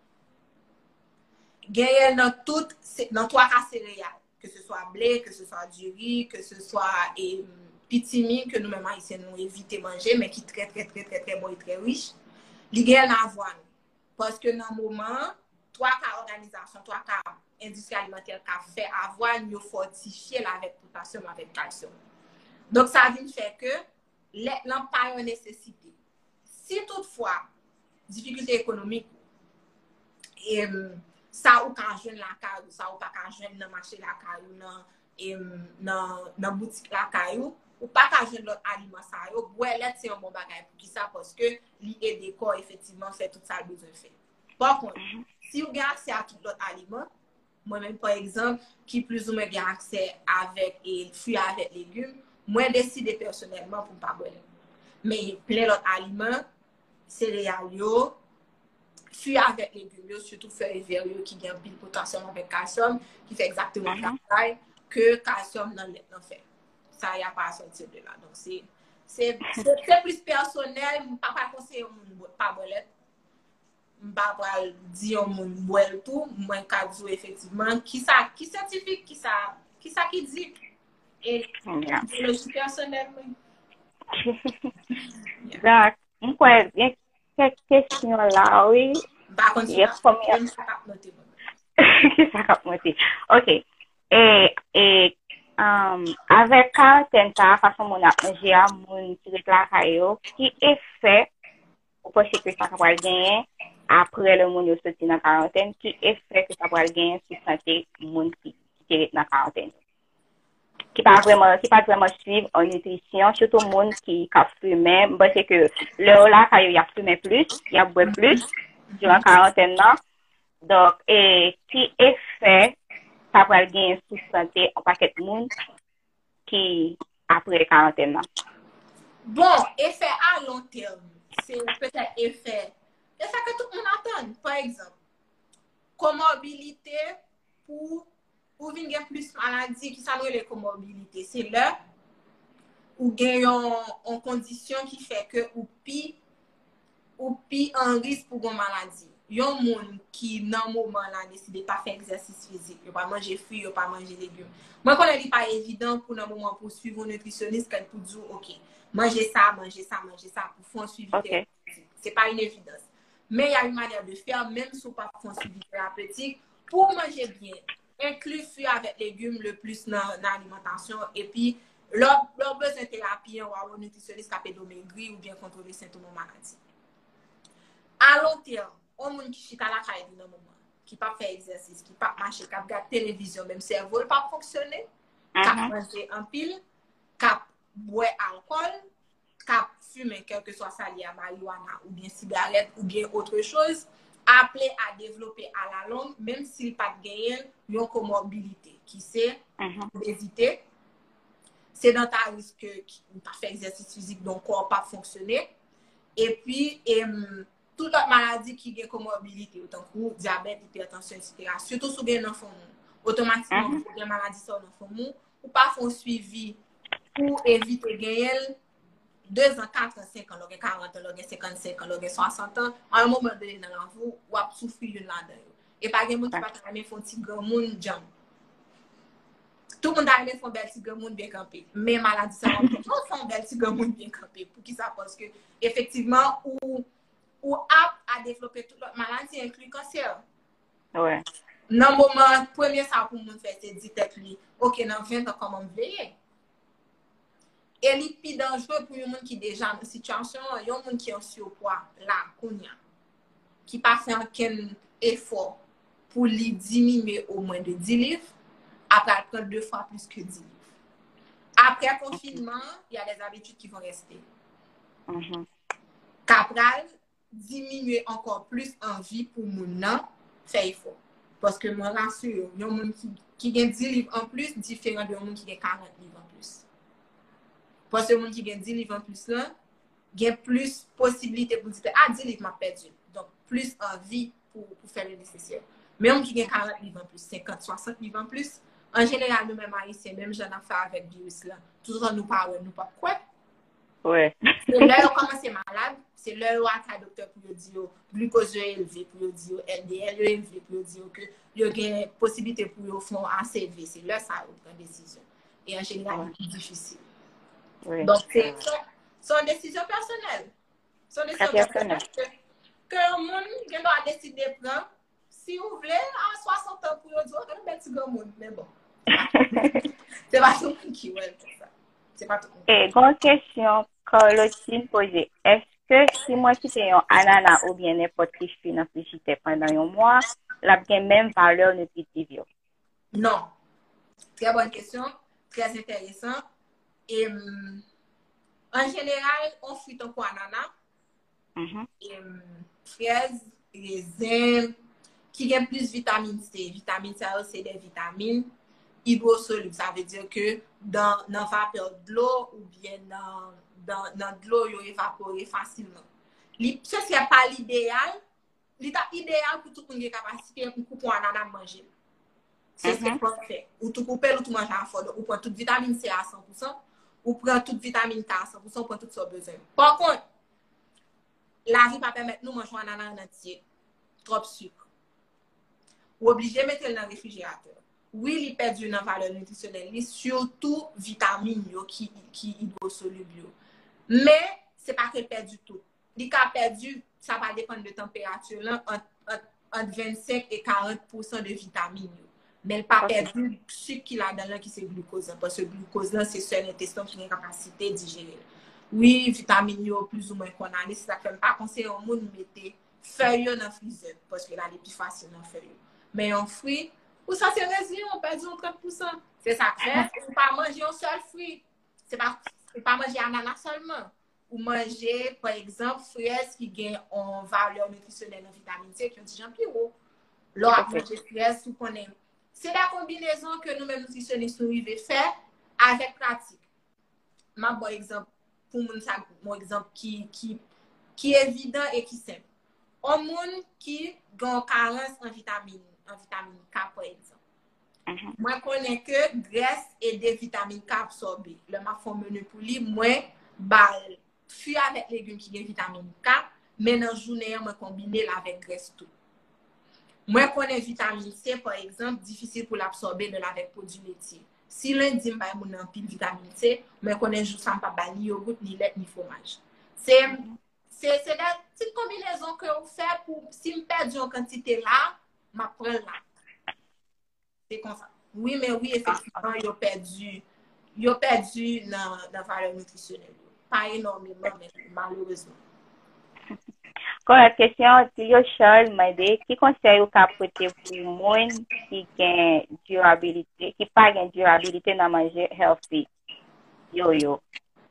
Gagne dans 3 cas céréales, que ce soit blé, que ce soit du riz, que ce soit pitimine que nous-mêmes haïtiens nous évitons manger mais qui est très très très très très bon et très riche. li gen nan vwa nou. Parce que nan moment, 3 ka organisation, 3 ka industrie alimentaire ka fait avoir nous fortifier avec potassium, avec calcium. Donc, ça vient faire que l'on pas une nécessité. Si toutefois, difficulté économique, et ça ou quand jeune la caillou, ça ou pas quand jeune dans marché la caillou, dans boutique la caillou, ou pas quand jeune l'autre aliment ça yo, boire c'est un bon bagage pour qui ça parce que li aide corps effectivement fait tout ça besoin faire. Par contre, si vous avez accès à tout l'autre aliment, moi-même, par exemple, qui plus ou moins a accès avec et fruits avec légumes, moi, décide personnellement pour ne pas boire. Mais plein d'autres aliments, céréales, fruits avec légumes, surtout feuilles vertes qui ont pile potassium avec calcium, qui fait exactement le travail que calcium dans le lait fait. Ça, il n'y a pas à sortir de là. Donc, c'est plus personnel, je ne peux pas conseiller pas boire. Mpa pral di yon moun boel tout, mwen ka djou effectivement qui scientifique, qui ça qui dit et le personnel. Donc, mwen bien quelques questions là, oui. Ba continuer. OK. Avec quarantaine ça façon mon a manger à moun qui la kayo, qui effet ou pas que ça va gagner après le monde sorti dans quarantaine, qui effet que ça va gagner sur santé monde qui est dans quarantaine. Qui pas vraiment suivre en nutrition, surtout monde qui fume, parce que là quand il y a fumé plus, il y a boire plus durant quarantaine là. Donc qui effet ça va gagner sur santé en paquet de monde qui après quarantaine là. Bon, effet à long terme, c'est peut-être effet que tout le monde attend. Par exemple, comorbidité pour venir plus maladie, qui s'appelle les comorbidités. C'est là où il y a une condition qui fait que ou pi en risque pour une maladie. Il y a un monde qui, dans le moment là, décide de pas faire exercice physique, il pas manger fruits, il pas manger légumes. Moi, quand on dit pas évident pour un moment pour suivre un nutritionniste, quand pour dire, OK, manger ça, pour faire un suivi thérapeutique. C'est pas une évidence. Mais il y a une manière de faire, même si on pas faire un suivi thérapeutique, pour manger bien. Inclure fruits avec légumes le plus dans l'alimentation et puis leur besoin de thérapie ou un nutritionniste qui peut maigrir ou bien contrôler les symptômes de maladie. À long terme, on monde qui chita la caille dans moment, qui pas faire exercice, qui pas marcher, qui regarde télévision, même cerveau pas fonctionner, qui manger en pile, qui boire alcool, qui fumer quel que soit ça lié à marijuana ou bien cigarette ou bien autre chose, appelé à développer à la longue, même s'il pas gagné une comorbidité, qui c'est obésité, sédentarisme qui pas faire exercice physique, donc corps pas fonctionner, et puis toute autre maladie qui a comorbidité, autant que diabète, hypertension, etc. Surtout si vous avez un enfant, automatiquement, vous avez une maladie sur l'enfant, ou pas faire un suivi pour éviter de gagner 2 ans, 4 ans, 5 ans, 40 ans, 55 ans, 60 ans, à un moment donné dans la vie, ou à souffrir là-dedans. Et par exemple, qui va faire un petit grand monde jam. Tout le monde a aimé faire un petit grand monde bien campé. Mais maladie, ça va faire un petit grand monde bien campé. Pour qui ça? Parce que, effectivement, ou apte à développer toute l'autre maladie, inclut le cancer. Ouais. Dans le moment, premier ça pour nous faire, c'est dire tête lui, OK, dans 20 ans, comment me veiller? Et le plus dangereux pour les gens qui sont déjà dans une situation, il y a des gens qui ont surpoids là, qui pas fait aucun effort pour les diminuer au moins de 10 livres, après prendre 2 fois plus que 10 livres. Après le confinement, il y a des habitudes qui vont rester. Capral, diminuer encore plus en vie pour mon faire effort. Parce que moi, rassure, il y a des gens qui ont 10 livres en plus, différent de gens qui ont 40 livres en plus. Parce que les gens qui ont 10 livres en plus, là, il y a plus de possibilités pour dire, 10 livres m'a perdu. Donc, plus envie pour faire le nécessaire. Mais les gens qui ont 40 livres en plus, 50, 60 livres en plus, en général, nous-mêmes haïtiens, même j'en ai fait avec le virus là, tout le temps nous parlons, nous pas quoi. Ouais. C'est là où commence malade, c'est là où le docteur pour dire glucose élevé, pour dire LDL élevé, pour dire que il y a une possibilité pour faire un ACV. C'est là ça où prend décision. Et en général, c'est difficile. Ouais. Donc, c'est une décision personnelle. C'est une décision personnelle. que le monde doit décider de prendre. Si vous voulez, à 60 ans pour vous dire, on va petit grand monde. Mais bon, c'est pas tout le monde qui veut pour ça. C'est pas tout le monde. Et grande question, Carlotine posée. Est-ce que si moi c'était un ananas ou bien n'importe qui fruit dans frigidaire pendant un mois, la bien même valeur nutritive? Non. Très bonne question, très intéressant. Et en général, on fruit un coup ananas, fraises, raisins, qui ont plus vitamine C. Vitamine C, c'est des vitamines hydrosolubles. Ça veut dire que dans la vapeur de l'eau ou bien dans de l'eau, ils évaporent facilement. Ce n'est pas l'idéal. L'idéal pour tout le monde qui a capacité pour couper un ananas manger. C'est ce qu'on fait. Ou tout couper ou tout manger à fond. Ou prendre toute vitamine C à 100%, ou prendre toute vitamine K à 100%, ou prendre tout ce besoin. Par contre, la vie ne va pas permettre nous de manger un ananas en entier. Trop sucre. Ou obligé de mettre dans le réfrigérateur. Oui, il perd une valeur nutritionnelle, surtout vitamines qui hydrosolubles. Mais ce n'est pas qu'elle perd du tout. Il a perdu, ça va dépendre de température, là, entre 25 et 40% de vitamines. Mais elle n'a pas perdu ce qu'il a dans là qui c'est glucose. Parce que le glucose, c'est seul l'intestin qui a une capacité de digérer. Oui, vitamines, plus ou moins qu'on a, ça ne fait pas conseiller au monde de mettre feuilles dans le freezer. Parce que là, il est plus facile dans le feuille. Mais un fruit, ou ça c'est résilient, on perd 30%. C'est ça que fait. On ne peut pas manger un seul fruit. C'est pas manger ananas seulement. Ou manger, par exemple, fraises qui gagnent en valeur nutritionnelle en vitamine C, qui ont déjà plus haut. Là, manger fraises, vous connaissez. C'est la combinaison que nous-mêmes nutritionnistes nous arrivons faire avec pratique. Bon exemple, pour mon exemple qui est évident et qui est simple. Un monde qui a une carence en vitamine K, par exemple. Moi, je connais que graisse et des vitamines K absorbées. Le ma font menu pour lui, moi, fuis avec légumes qui ont vitamine K, mais dans la journée, je combine avec graisse tout. Moi, je connais vitamine C, par exemple, difficile pour l'absorber de avec produits laitiers. Si lundi, je n'ai pile vitamine C, je connais juste ça, pas ni yogourt, ni lait, ni fromage. C'est la petite combinaison que vous faites pour, si je perds une quantité là, je prends là. C'est comme ça. Oui, mais oui, effectivement, ils ont perdu la valeur nutritionnelle. Pas énormément, mais malheureusement. Quand la question, Charles m'a dit, qui conseille au capoter pour le monde qui a durabilité, qui pas de durabilité dans manger healthy? Yo,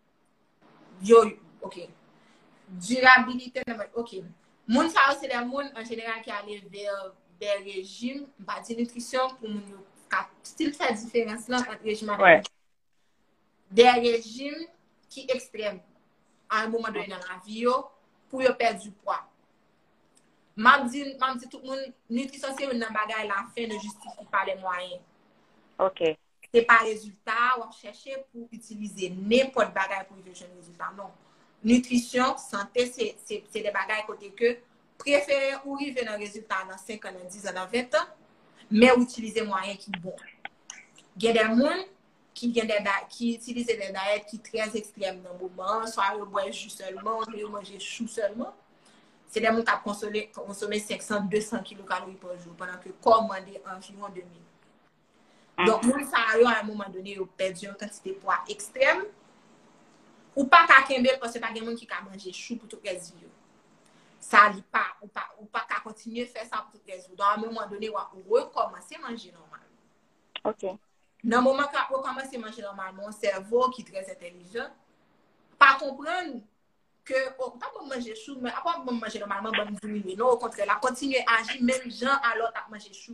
ok. Durabilité, ok. Moun ça c'est des moun en général qui allent vers des régimes, pas de nutrition pour moun style faire différence là entre régime avec des régimes qui extrêmes à un moment donné dans la vie pour perdre du poids. M'am dit tout le monde nutrition c'est une bagaille la fin ne justifie pas les moyens. OK. C'est pas résultat ou chercher pour utiliser n'importe bagaille pour avoir un résultat non. Nutrition, santé, c'est des bagages côté que préférer ou arriver dans le résultat dans 5 ans, dans 10 ans, dans 20 ans, mais utiliser moyens qui sont bons. Il y a des gens qui utilisent des diètes qui sont très extrêmes dans le moment, soit ils boivent jus seulement, soit ils mangent chou seulement. C'est des gens qui consomment 500-200 kilocalories par jour, pendant que commander environ 2000. Donc, à un moment donné, ils ont perdu une quantité de poids extrême. Ou pas qu'à Kembel parce que pas quelqu'un qui a mangé chou pour toute la vie. Ça n'est pas, ou pas qu'à continuer à faire ça pour toute la vie. Dans un moment donné, on recommence à manger normalement. OK. Dans le moment où on commence à manger normalement, mon cerveau qui est très intelligent, pas comprendre que, pas pour manger chou, mais après pour manger normalement, bon diminuer. Non, au contraire, la continuer à agir même gens alors à manger chou.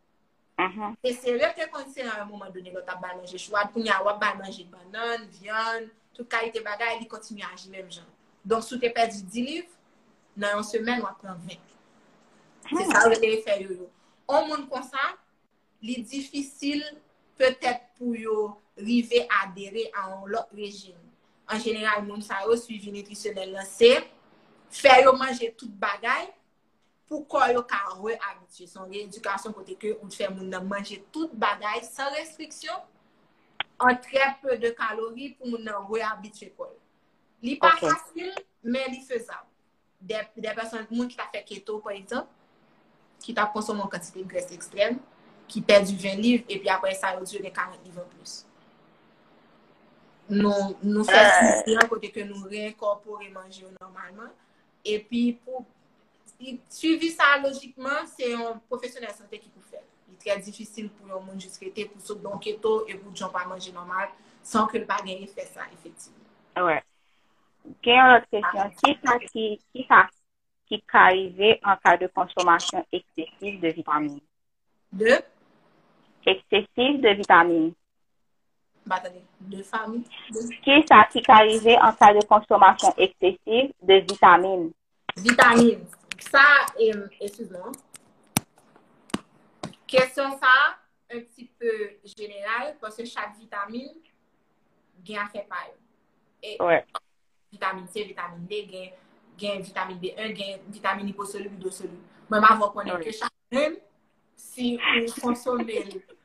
Et c'est vrai que quand c'est à un moment donné, l'autre a manger chou, pour y avoir manger banane, viande, toute qualité bagaille, il continue à agir même gens. Donc, si tu as perdu 10 livres, dans une semaine, on prend 20. C'est ça le fait yo. On monde comme ça, il est difficile peut-être pour yo arriver à adhérer à un autre régime. En général, moun ça yo suivi nutritionnel c'est faire yo manger toute bagaille pour qu'on yo ka réhabituer son rééducation côté que on fait moun manger toute bagaille sans restriction en très peu de calories pour moun réhabituer quoi. Li pas facile mais li faisable. des personnes, monde qui t'a fait keto, par exemple, qui t'a consommé en quantité de graisse extrême, qui perd du 20 livres, et puis après ça, il dure 40 livres en plus. Nous faisons un côté que nous réincorporer manger normalement. Et puis, pour suivi ça logiquement, c'est un professionnel de santé qui peut faire. Il est très difficile pour un monde juste traiter pour sauter dans keto et pour ne pas manger normal sans que le pas gagner fait ça, effectivement. Ouais. Quelle autre question? Qui arrive en cas de consommation excessive de vitamines? Excessive de vitamines. Attendez, de famille. Qui arrive en cas de consommation excessive de vitamines? Vitamines. Ça, excuse-moi. Question ça, un petit peu générale, parce que chaque vitamine gagne fait par elle. Ouais. Vitamine C, vitamine D, gagne vitamine B1, gagne vitamine hyposoluble, hydrosoluble. Moi, je vais connaître que chaque même, si vous consommez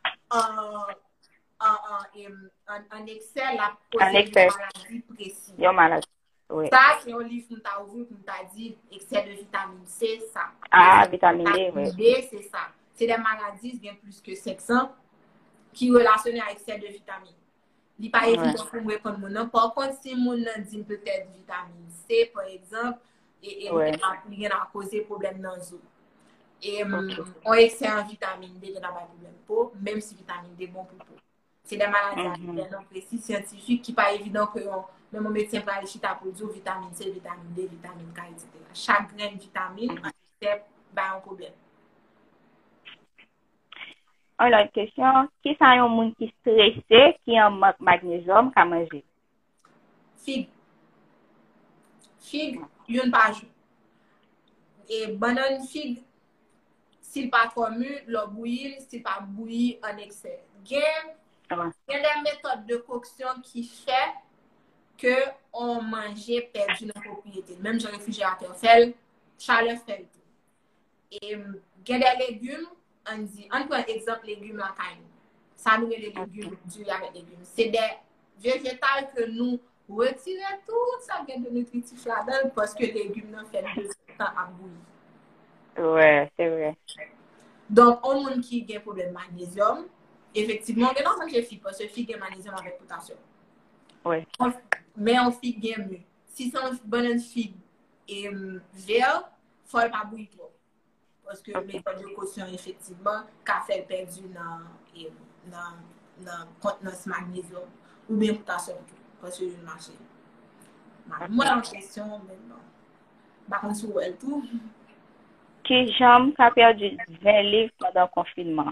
en excès, la possède une maladie précise. Une maladie. Oui. Ça, c'est un livre qui t'a ouvert, qui t'a dit excès de vitamine C, ça. Ah, vitamine D, oui. D, c'est ça. C'est des maladies bien plus que 500 qui relationnent à excès de vitamines. Il n'est pas évident pour me répondre mon nom. Par contre, si mon nom dit peut-être vitamine C, par exemple, et il a causé problème dans le zoo. Et on excès en vitamine D, il n'y a pas de problème pour, même si vitamine D est bon pour peau. C'est des maladies non précises, scientifiques, qui n'est pas évident que même un médecin peut aller chita pour dire vitamine C, vitamine D, vitamine K, etc. Chaque graine de vitamine, c'est un problème. Alors, une question, qui sont les gens qui sont stressés, qui ont magnésium qu'à manger? Figue. Figue, une page. Et banane figue, s'il pas trop mûr, le bouillir, s'il pas bouillir en excès. Il y a des méthodes de coction qui fait que on mangeait perdu dans la propriété. Même le réfrigérateur fait, chaleur fait. Et il y a des légumes, on prend exemple légumes la caille. Ça nous est les légumes durs avec légumes. C'est des végétales que nous retirons tout ça de nutritif là-dedans parce que les légumes n'ont fait de temps à bouillir. Ouais, c'est vrai. Donc, on monde qui a un problème de magnésium, effectivement, il y a dans un figue parce que figue a magnésium avec potassium. Ouais. Mais on figue bien mieux. Si c'est une bonne figue et vert, il ne faut pas bouillir trop. Parce que les méthodes de caution, effectivement, café perdu dans contenance magnésium ou bien potassium parce que je marche. Moi, en question, maintenant, par contre, sur elle tout. Qui j'aime qui a perdu 20 livres pendant le confinement?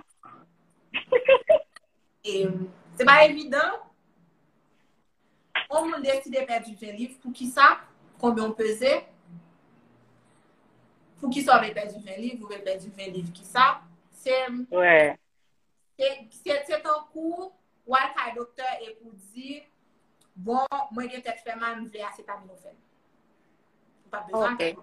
Et c'est pas évident. On m'a décidé de perdre 20 livres. Pour qui ça? Combien on pesait? Pour qui ça avait perdu 20 livres? Vous avez perdu 20 livres. Qui ça? C'est un cours où le docteur est pour dire bon, moi, j'ai peut-être fait mal, je vais acétaminophène. Pas besoin de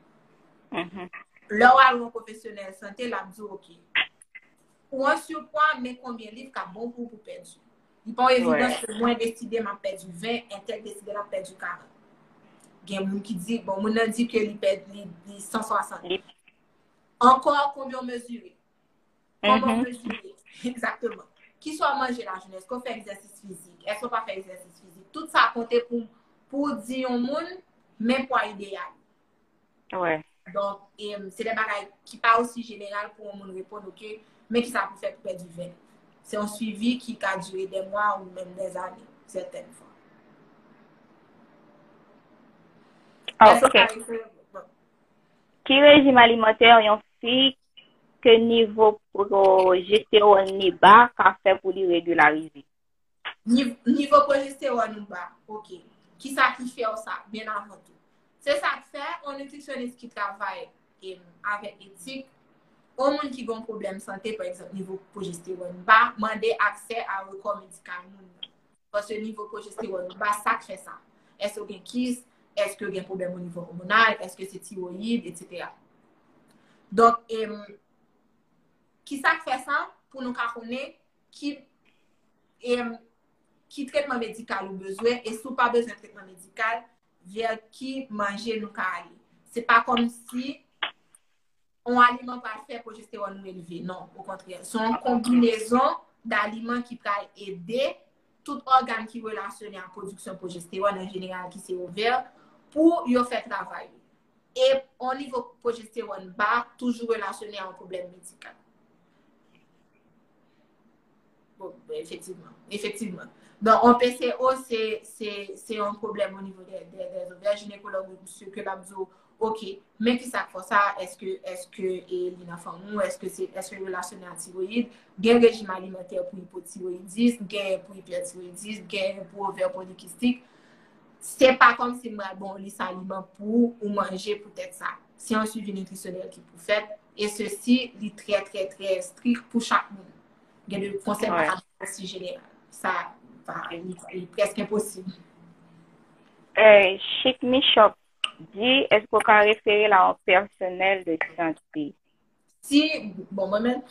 là où un professionnel de santé, l'a dit OK. Ou un surpoids, mais combien de livres qu'a bon pour perdre? Il n'est pas évident que moi, décidé de perdre 20, un tel décidé de perdre 40. Il y a des gens qui disent, bon, on a dit que il perd 160. Encore, combien mesurer? Comment mesurer? Exactement. Qui soit manger la jeunesse, qu'on fait exercice physique, est-ce qu'on pas fait exercice physique? Tout ça a compté pour dire au monde, même poids idéal. Ouais. Donc, c'est des bagages qui ne sont pas aussi général pour monde répondre, OK, mais qui ça peut faire perdre du 20. C'est un suivi qui a duré des mois ou même des années, certaines fois. Qui régime alimentaire yon fi que niveau progestérone ni bas qu'a fait pour lui régulariser? Niveau progestérone bas, OK. Qui ça qui fait ça? Bien avant tout. C'est ça que fait un nutritionniste qui travaille avec éthique. Au monde qui a un problème de santé, par exemple, niveau progestérone bas, demander accès à un record médical. Parce que niveau progestérone bas, ça fait ça. Est-ce qu'il y a un kyste? Est-ce qu'il y a un problème au niveau hormonal? Est-ce que c'est thyroïde, etc. Donc, qui ça fait ça pour nous connaître qui traitement médical ou besoin et si pas besoin de traitement médical, vers qui manger nous aller. c'est pas comme si on aliment pas fait progestérone élevé. Non, au contraire. C'est une combinaison d'aliments qui peut aider tout organe qui est relationné à la production de progestérone en général qui s'est ouvert pour y faire travail. Et au niveau progestérone bas, toujours relationné à un problème médical. Bon, effectivement. Donc, en PCO, c'est un problème au niveau des ovaires gynécologues, monsieur que l'abdo, ok. Mais qui ça fait ça? Est-ce que l'infamou, est-ce que relationné à la thyroïde? Il y a un régime alimentaire pour hypothyroïdisme, il y a pour hyperthyroïdisme, il y a pour ovaire polycystique. C'est pas comme si moi, bon, les aliments pour ou manger peut-être ça. C'est un suivi nutritionnel qui peut faire. Et ceci, il est très, très, très strict pour chaque monde. Il y a des conseils aussi généraux. Ça, il est presque impossible. Chic Michop dit, est-ce qu'on peut référer là en personnel de santé? Si, bon, moi-même.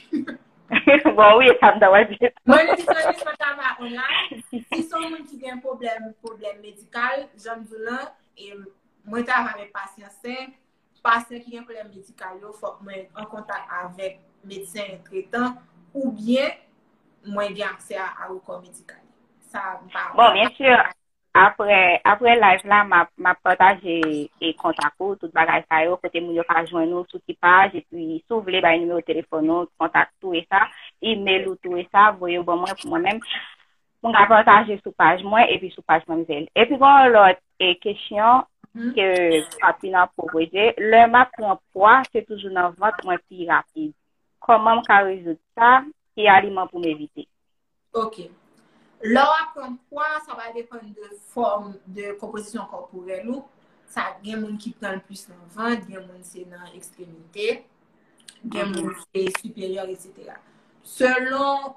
Bon, oui, ça me doit dire. Moi, le nutritionniste, je online. Si son monde qui a un problème médical, j'aime dire là, et moi, je travaille avec patient patient qui a un problème médical, il faut être en contact avec médecin traitant ou bien moi j'ai accès à recours médical. Ça bon, bien sûr, après live là, m'a partagé et contact pour tout bagage ça yo, côté moun yo ka joindre nous sur qui page et puis si vous voulez ba numéro de téléphone nous, contact tout et ça, email ou tout et ça, voyez bon moi pour moi-même on va partager sur page moi et puis sur page mademoiselle. Et puis bon l'autre question que papi n'a proposé, le m'a prend poids, c'est toujours dans ventre moins plus rapide. Comment on peut résoudre ça et aliment pour m'éviter? OK. Là, comme poids, ça va dépendre de forme de composition corporelle. Ça, il y a des gens qui prennent plus dans le ventre, il y a des gens qui dans l'extrémité, il y a des gens qui sont supérieurs, etc. Selon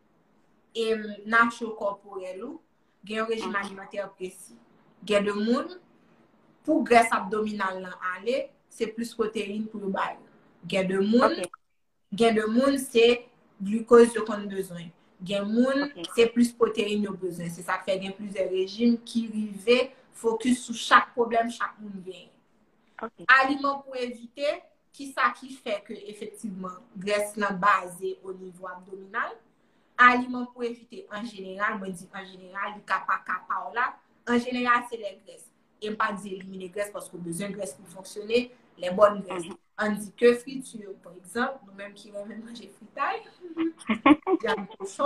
le nature corporelle, il y a un régime alimentaire précis. Il y a des gens, pour graisse abdominale, c'est plus protéines pour le bail. Il y a des gens, c'est glucose qu'on a besoin. Gen moun, c'est plus protéines yo besoin. C'est ça qui fait qu'il y a plusieurs régimes qui arrivent focus sur chaque problème, chaque moun gagne. Aliments pour éviter, qui fait que effectivement graisse là basée au niveau abdominal. Aliments pour éviter en général, moi dis en général, le capa là, en général c'est les graisses. Et pas dire éliminer graisse parce qu'on a besoin de graisse pour fonctionner, les bonnes graisses. On dit que friture, par exemple, nous-mêmes qui aimons manger fritaille, viande cochon,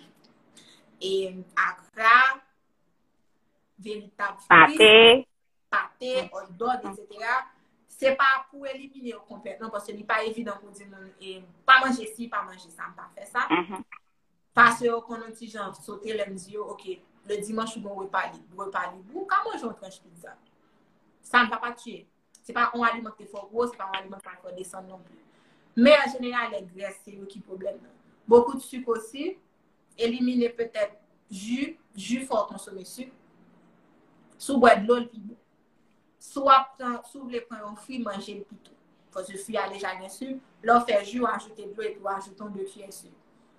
et accra, véritable pâté, hot dog, etc. C'est pas pour éliminer complètement parce que ce n'est pas évident pour dire pas manger ci, pas manger ça, pas faire ça. Parce qu'on a un petit genre sauter les dit ok, le dimanche, on va repas libre, quand manger une tranche pizza. Ça ne va pas tuer. Ce n'est pas un aliment qui est fort gros, ce n'est pas un aliment qui va descendre non plus. Mais en général, les graisses, c'est le qui problème. Beaucoup de sucre aussi. Éliminer peut-être jus fort consommer sucre. Sous boire de l'eau, le plus bon. Soit vous voulez prendre un fruit, manger le plutôt. Parce que le fruit a déjà bien sûr. Là, on fait jus, ajouter de l'eau et puis ajouter 2 cuillères de sucre.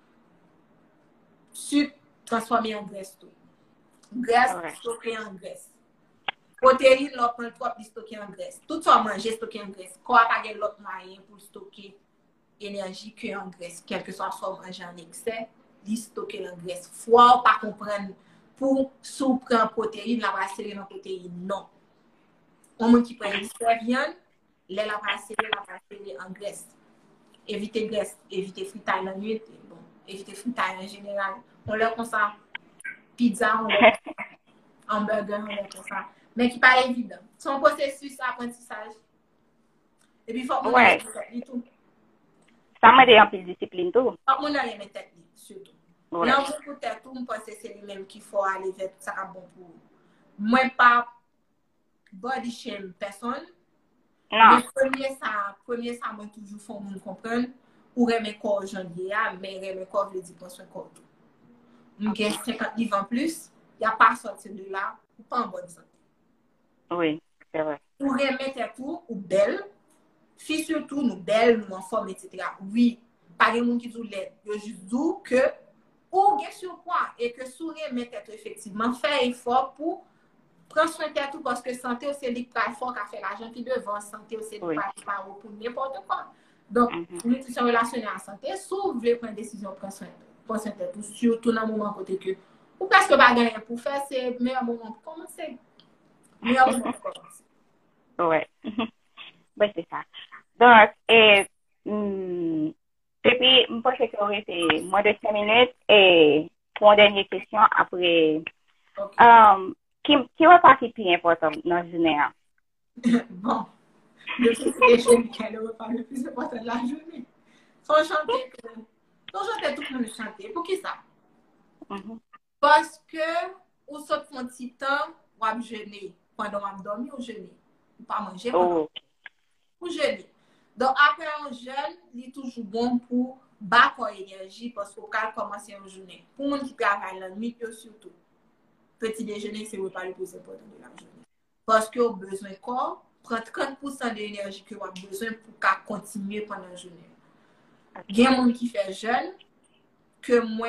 Sucre transformé en graisse tout. Graisse stockée en graisse. Protéines, l'on prend trop de stocker en graisse. Tout ça manger stocker en graisse. Quoi pas de l'autre moyen pour stocker énergie que en graisse, quel que soit manger en excès, li stocker en graisse. Faut pas comprendre pour sous prendre protéines, la va serrer dans protéines non. On monde qui prend une viande, la va serrer en graisse. Éviter graisse, éviter fritaille la nuit, bon, éviter fritaille en général. On leur comme ça pizza, on leur hamburger, on leur comme ça. Mais qui n'est pas évident. C'est un processus d'apprentissage. Et puis, il faut que vous ayez tout. Ça m'a dit un peu de discipline tout. Il faut que vous ayez mes têtes, surtout. Là, vous peut-être tout, je pense que c'est lui-même qu'il faut aller vers tout ça bon pour vous. Moi, pas body shame personne. Non. Mais premier, ça m'a toujours fait nous comprendre. Ou remettre corps janvier, mais remettre corps, je dis, pense un corps tout. J'ai 50 livres en plus, il n'y a pas sorti de là, ou pas en bonne santé. Oui, c'est vrai. Ou remettre tout, ou belle, fille surtout, nous belles, nous en forme, etc. Oui, pas de monde qui dit l'aide. Je juste dis que, ou bien sur quoi, et que sous remettre effectivement, faire effort pour prends soin de tout parce que santé, c'est lui qui parle fort, qui a fait l'argent, puis devant santé, c'est lui qui parle pour n'importe quoi. Donc, nutrition relationnelle à la santé, si vous voulez prendre une décision, prendre soin de tout, surtout dans le moment côté que, ou parce que pas gagner pour faire, c'est le meilleur moment pour commencer. Meilleur moment pour commencer. Ouais. Ben, c'est ça. Donc, depuis, je pense que aurait été moins de 5 minutes et pour une dernière question après. Qui va partie plus important dans la journée? Bon, le petit déjeuner qui est le plus important de la journée. Faut chanter tout le monde chanter. Pour qui ça? Parce que, ou saute mon petit temps, ou jeûner. Pendant que je dormir, ou jeûner. Ou pas manger pendant. Ou jeûner. Donc, après un jeûne, il est toujours bon pour battre l'énergie parce qu'on peut commencer une journée. Pour les gens qui travaillent la nuit, surtout. Petit déjeuner, c'est le repas le plus important de la journée. Parce que vous avez besoin de corps, prendre 30% de l'énergie que vous avez besoin pour continuer pendant la journée. Il y a des gens qui font jeûne, que moi,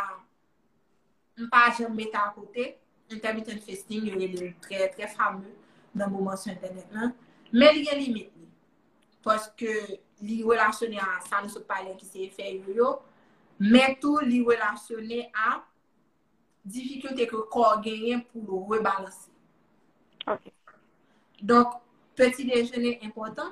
pas jamais mettre à côté. Intermittent fasting, il est très, très fameux dans le moment sur Internet. Hein? Mais il y a une limite. Parce que les relationner à ça, nous sommes pas qui s'est fait mais tout les relationner à difficulté que le corps gagne pour le rebalancer. Okay. Donc, petit déjeuner important,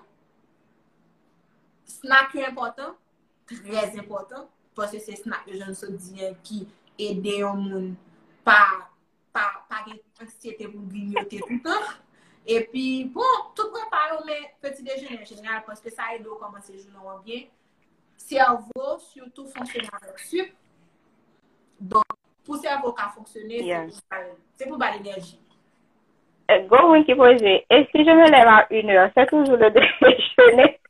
snack important, très important, parce que c'est snack que je ne sais dis qui aide les gens pas anxiété pour grignoter tout le temps. Et puis, bon, tout préparer, mais petit déjeuner en général, parce que ça aide à commencer le jour bien. Cerveau, surtout, fonctionne avec sucre. Donc, pour le cerveau qui a fonctionné, c'est pour l'énergie. Go, qui pose, et si je me lève à 1h, c'est toujours le déjeuner?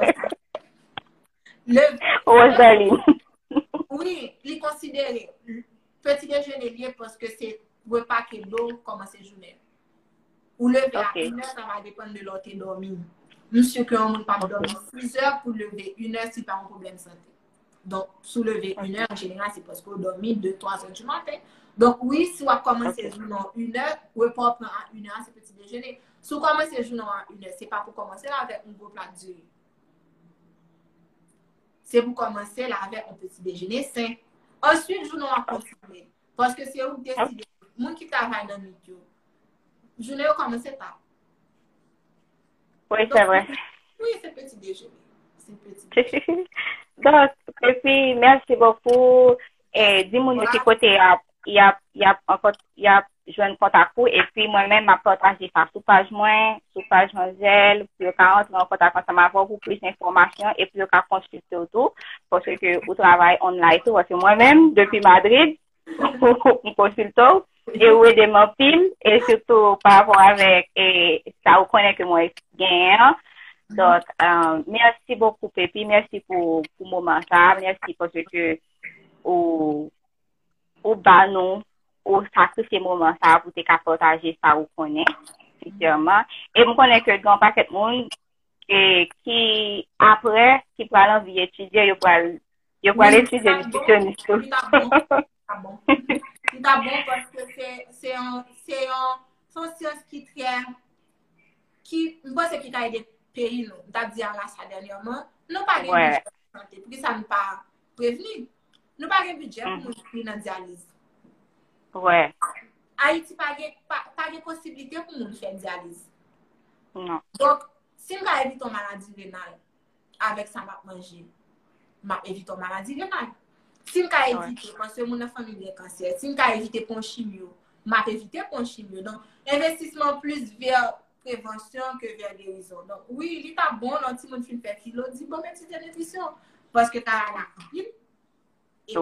Oui, il considéré petit déjeuner lié parce que c'est repas qui est l'eau commencer journée. Ou lever à 1h, ça va dépendre de l'heure tu dormi. Monsieur que on ne pas dormir 6 heures pour lever 1h, c'est pas un problème de santé. Donc, soulever 1h, en général, c'est parce qu'on dormi 2-3 heures du matin. Donc, oui, si on commence le jour en 1h, repas prend à 1h, c'est petit déjeuner. Si on commence le jour en 1h, c'est pas pour commencer là avec un gros plat de riz. C'est pour commencer là avec un petit déjeuner sain. Ensuite, je n'ai pas continué. Parce que c'est où décider. Les gens qui travaillent dans le milieu, je n'ai pas commencé tard. Oui, c'est vrai. Oui, c'est petit déjeuner. C'est petit déjeuner. Donc, et puis, merci beaucoup. Et dis-moi de quel côté il y a joint contact et puis moi-même m'a partagé ça sous page Angèle puis on rentre en contact ensemble avec pour plus d'informations et puis on consulter autour parce que au travail online tout parce que moi-même depuis Madrid on consulte et où aider mon pile et surtout par rapport avec ça on connaît que moi gagne. Donc merci beaucoup Pépi, merci pour moment ça, merci parce que au banon ou sacrifier moment ça pour te partager ça ou connaît sincèrement et me connaît que grand paquet de monde et qui après qui prend l'envie d'étudier yo pour étudier nutritionniste. C'est bon parce que c'est une science qui très qui moi c'est qui a aidé pays nous t'a dit là ça dernièrement nous pas de budget santé pour ça nous pas prévenir nous pas de budget pour nous dans dialyse. Ouais. Haïti pas de possibilité pour nous faire dialyse. Non. Donc, si on va éviter une maladie rénale avec ça m'a manger, m'a éviter une maladie rénale. Si on va éviter parce que mon famille a cancer, si on va éviter pour chimio, m'a éviter pour chimio. Donc, investissement plus vers prévention que vers guérison. Donc, oui, il est bon dans petit monde film fait kilo, dit bon mais c'est nutrition parce que tu as la copine. Et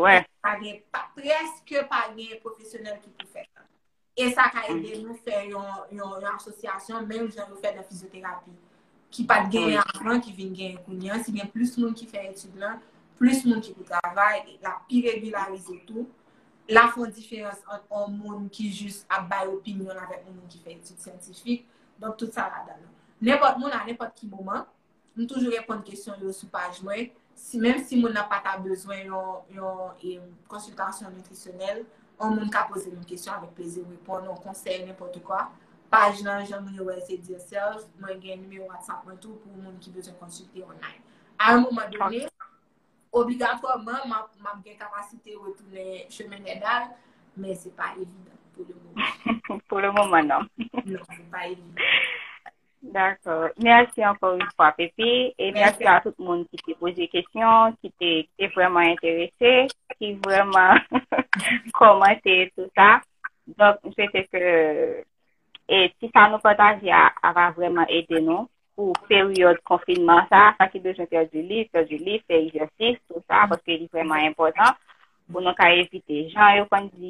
presque pas de professionnels qui peuvent faire ça. Et ça a aidé nous faire une association, même si nous faisons de la physiothérapie, qui pas de gain avant, qui vient gagner un si bien plus de monde qui fait études là, plus de monde qui travaille, la pire régulariser tout, la font différence entre un monde qui juste a bail opinion avec un monde qui fait études scientifiques, donc tout ça là-dedans. N'importe monde à n'importe quel moment, nous toujours répondre aux questions sur page moi. Même si on n'a pas besoin d'une consultation nutritionnelle, on peut poser une question avec plaisir, répondre, on conseille n'importe quoi. page nan jan mwen yo wè se Dear Self, mwen gen numéro WhatsApp mwen tout pou moun ki bezwen konsulte online. À un moment donné, obligatoirement, m'a gen kapasite retourner chemin médal, mais c'est pas évident pour le moment. Pour le moment, non. Non, c'est pas évident. D'accord. Merci encore une fois, Pépi. Et merci à tout le monde qui t'a posé des questions, qui t'est vraiment intéressé, qui vraiment commenté tout ça. Donc, je sais que si ça nous partage, va vraiment aider nous pour période confinement, ça qui besoin de faire du livre, faire exercice, tout ça, parce que c'est vraiment important pour nous éviter. Jean,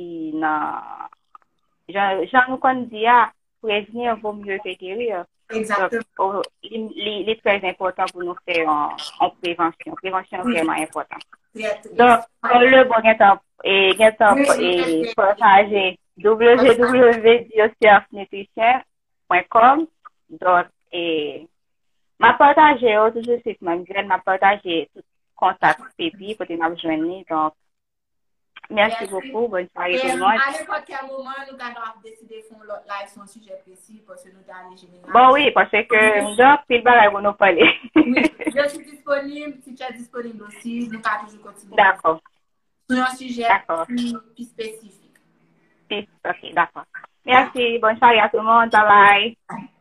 nous qu'on dit, prévenir vaut mieux que guérir. Exactement. Donc, il est très important pour nous faire en prévention. Prévention est vraiment important. Donc, le bon et partager www.diosurfnutrition.com. Donc, m'a partagé toujours c'est m'a partagé tout contact Pépi pour te m'joindre. Donc, merci beaucoup. Bonne soirée tout le monde. À n'importe quel moment, nous allons décider de faire l'autre live sur un sujet précis parce que nous allons général. Bon, oui, parce que nous avons pile bagaille pour nous parler. Oui, je suis disponible. Si tu es disponible aussi, nous allons toujours continuer. D'accord. Sur un sujet plus spécifique. Ok, d'accord. Merci. Bonne soirée à tout le monde. Bye bye.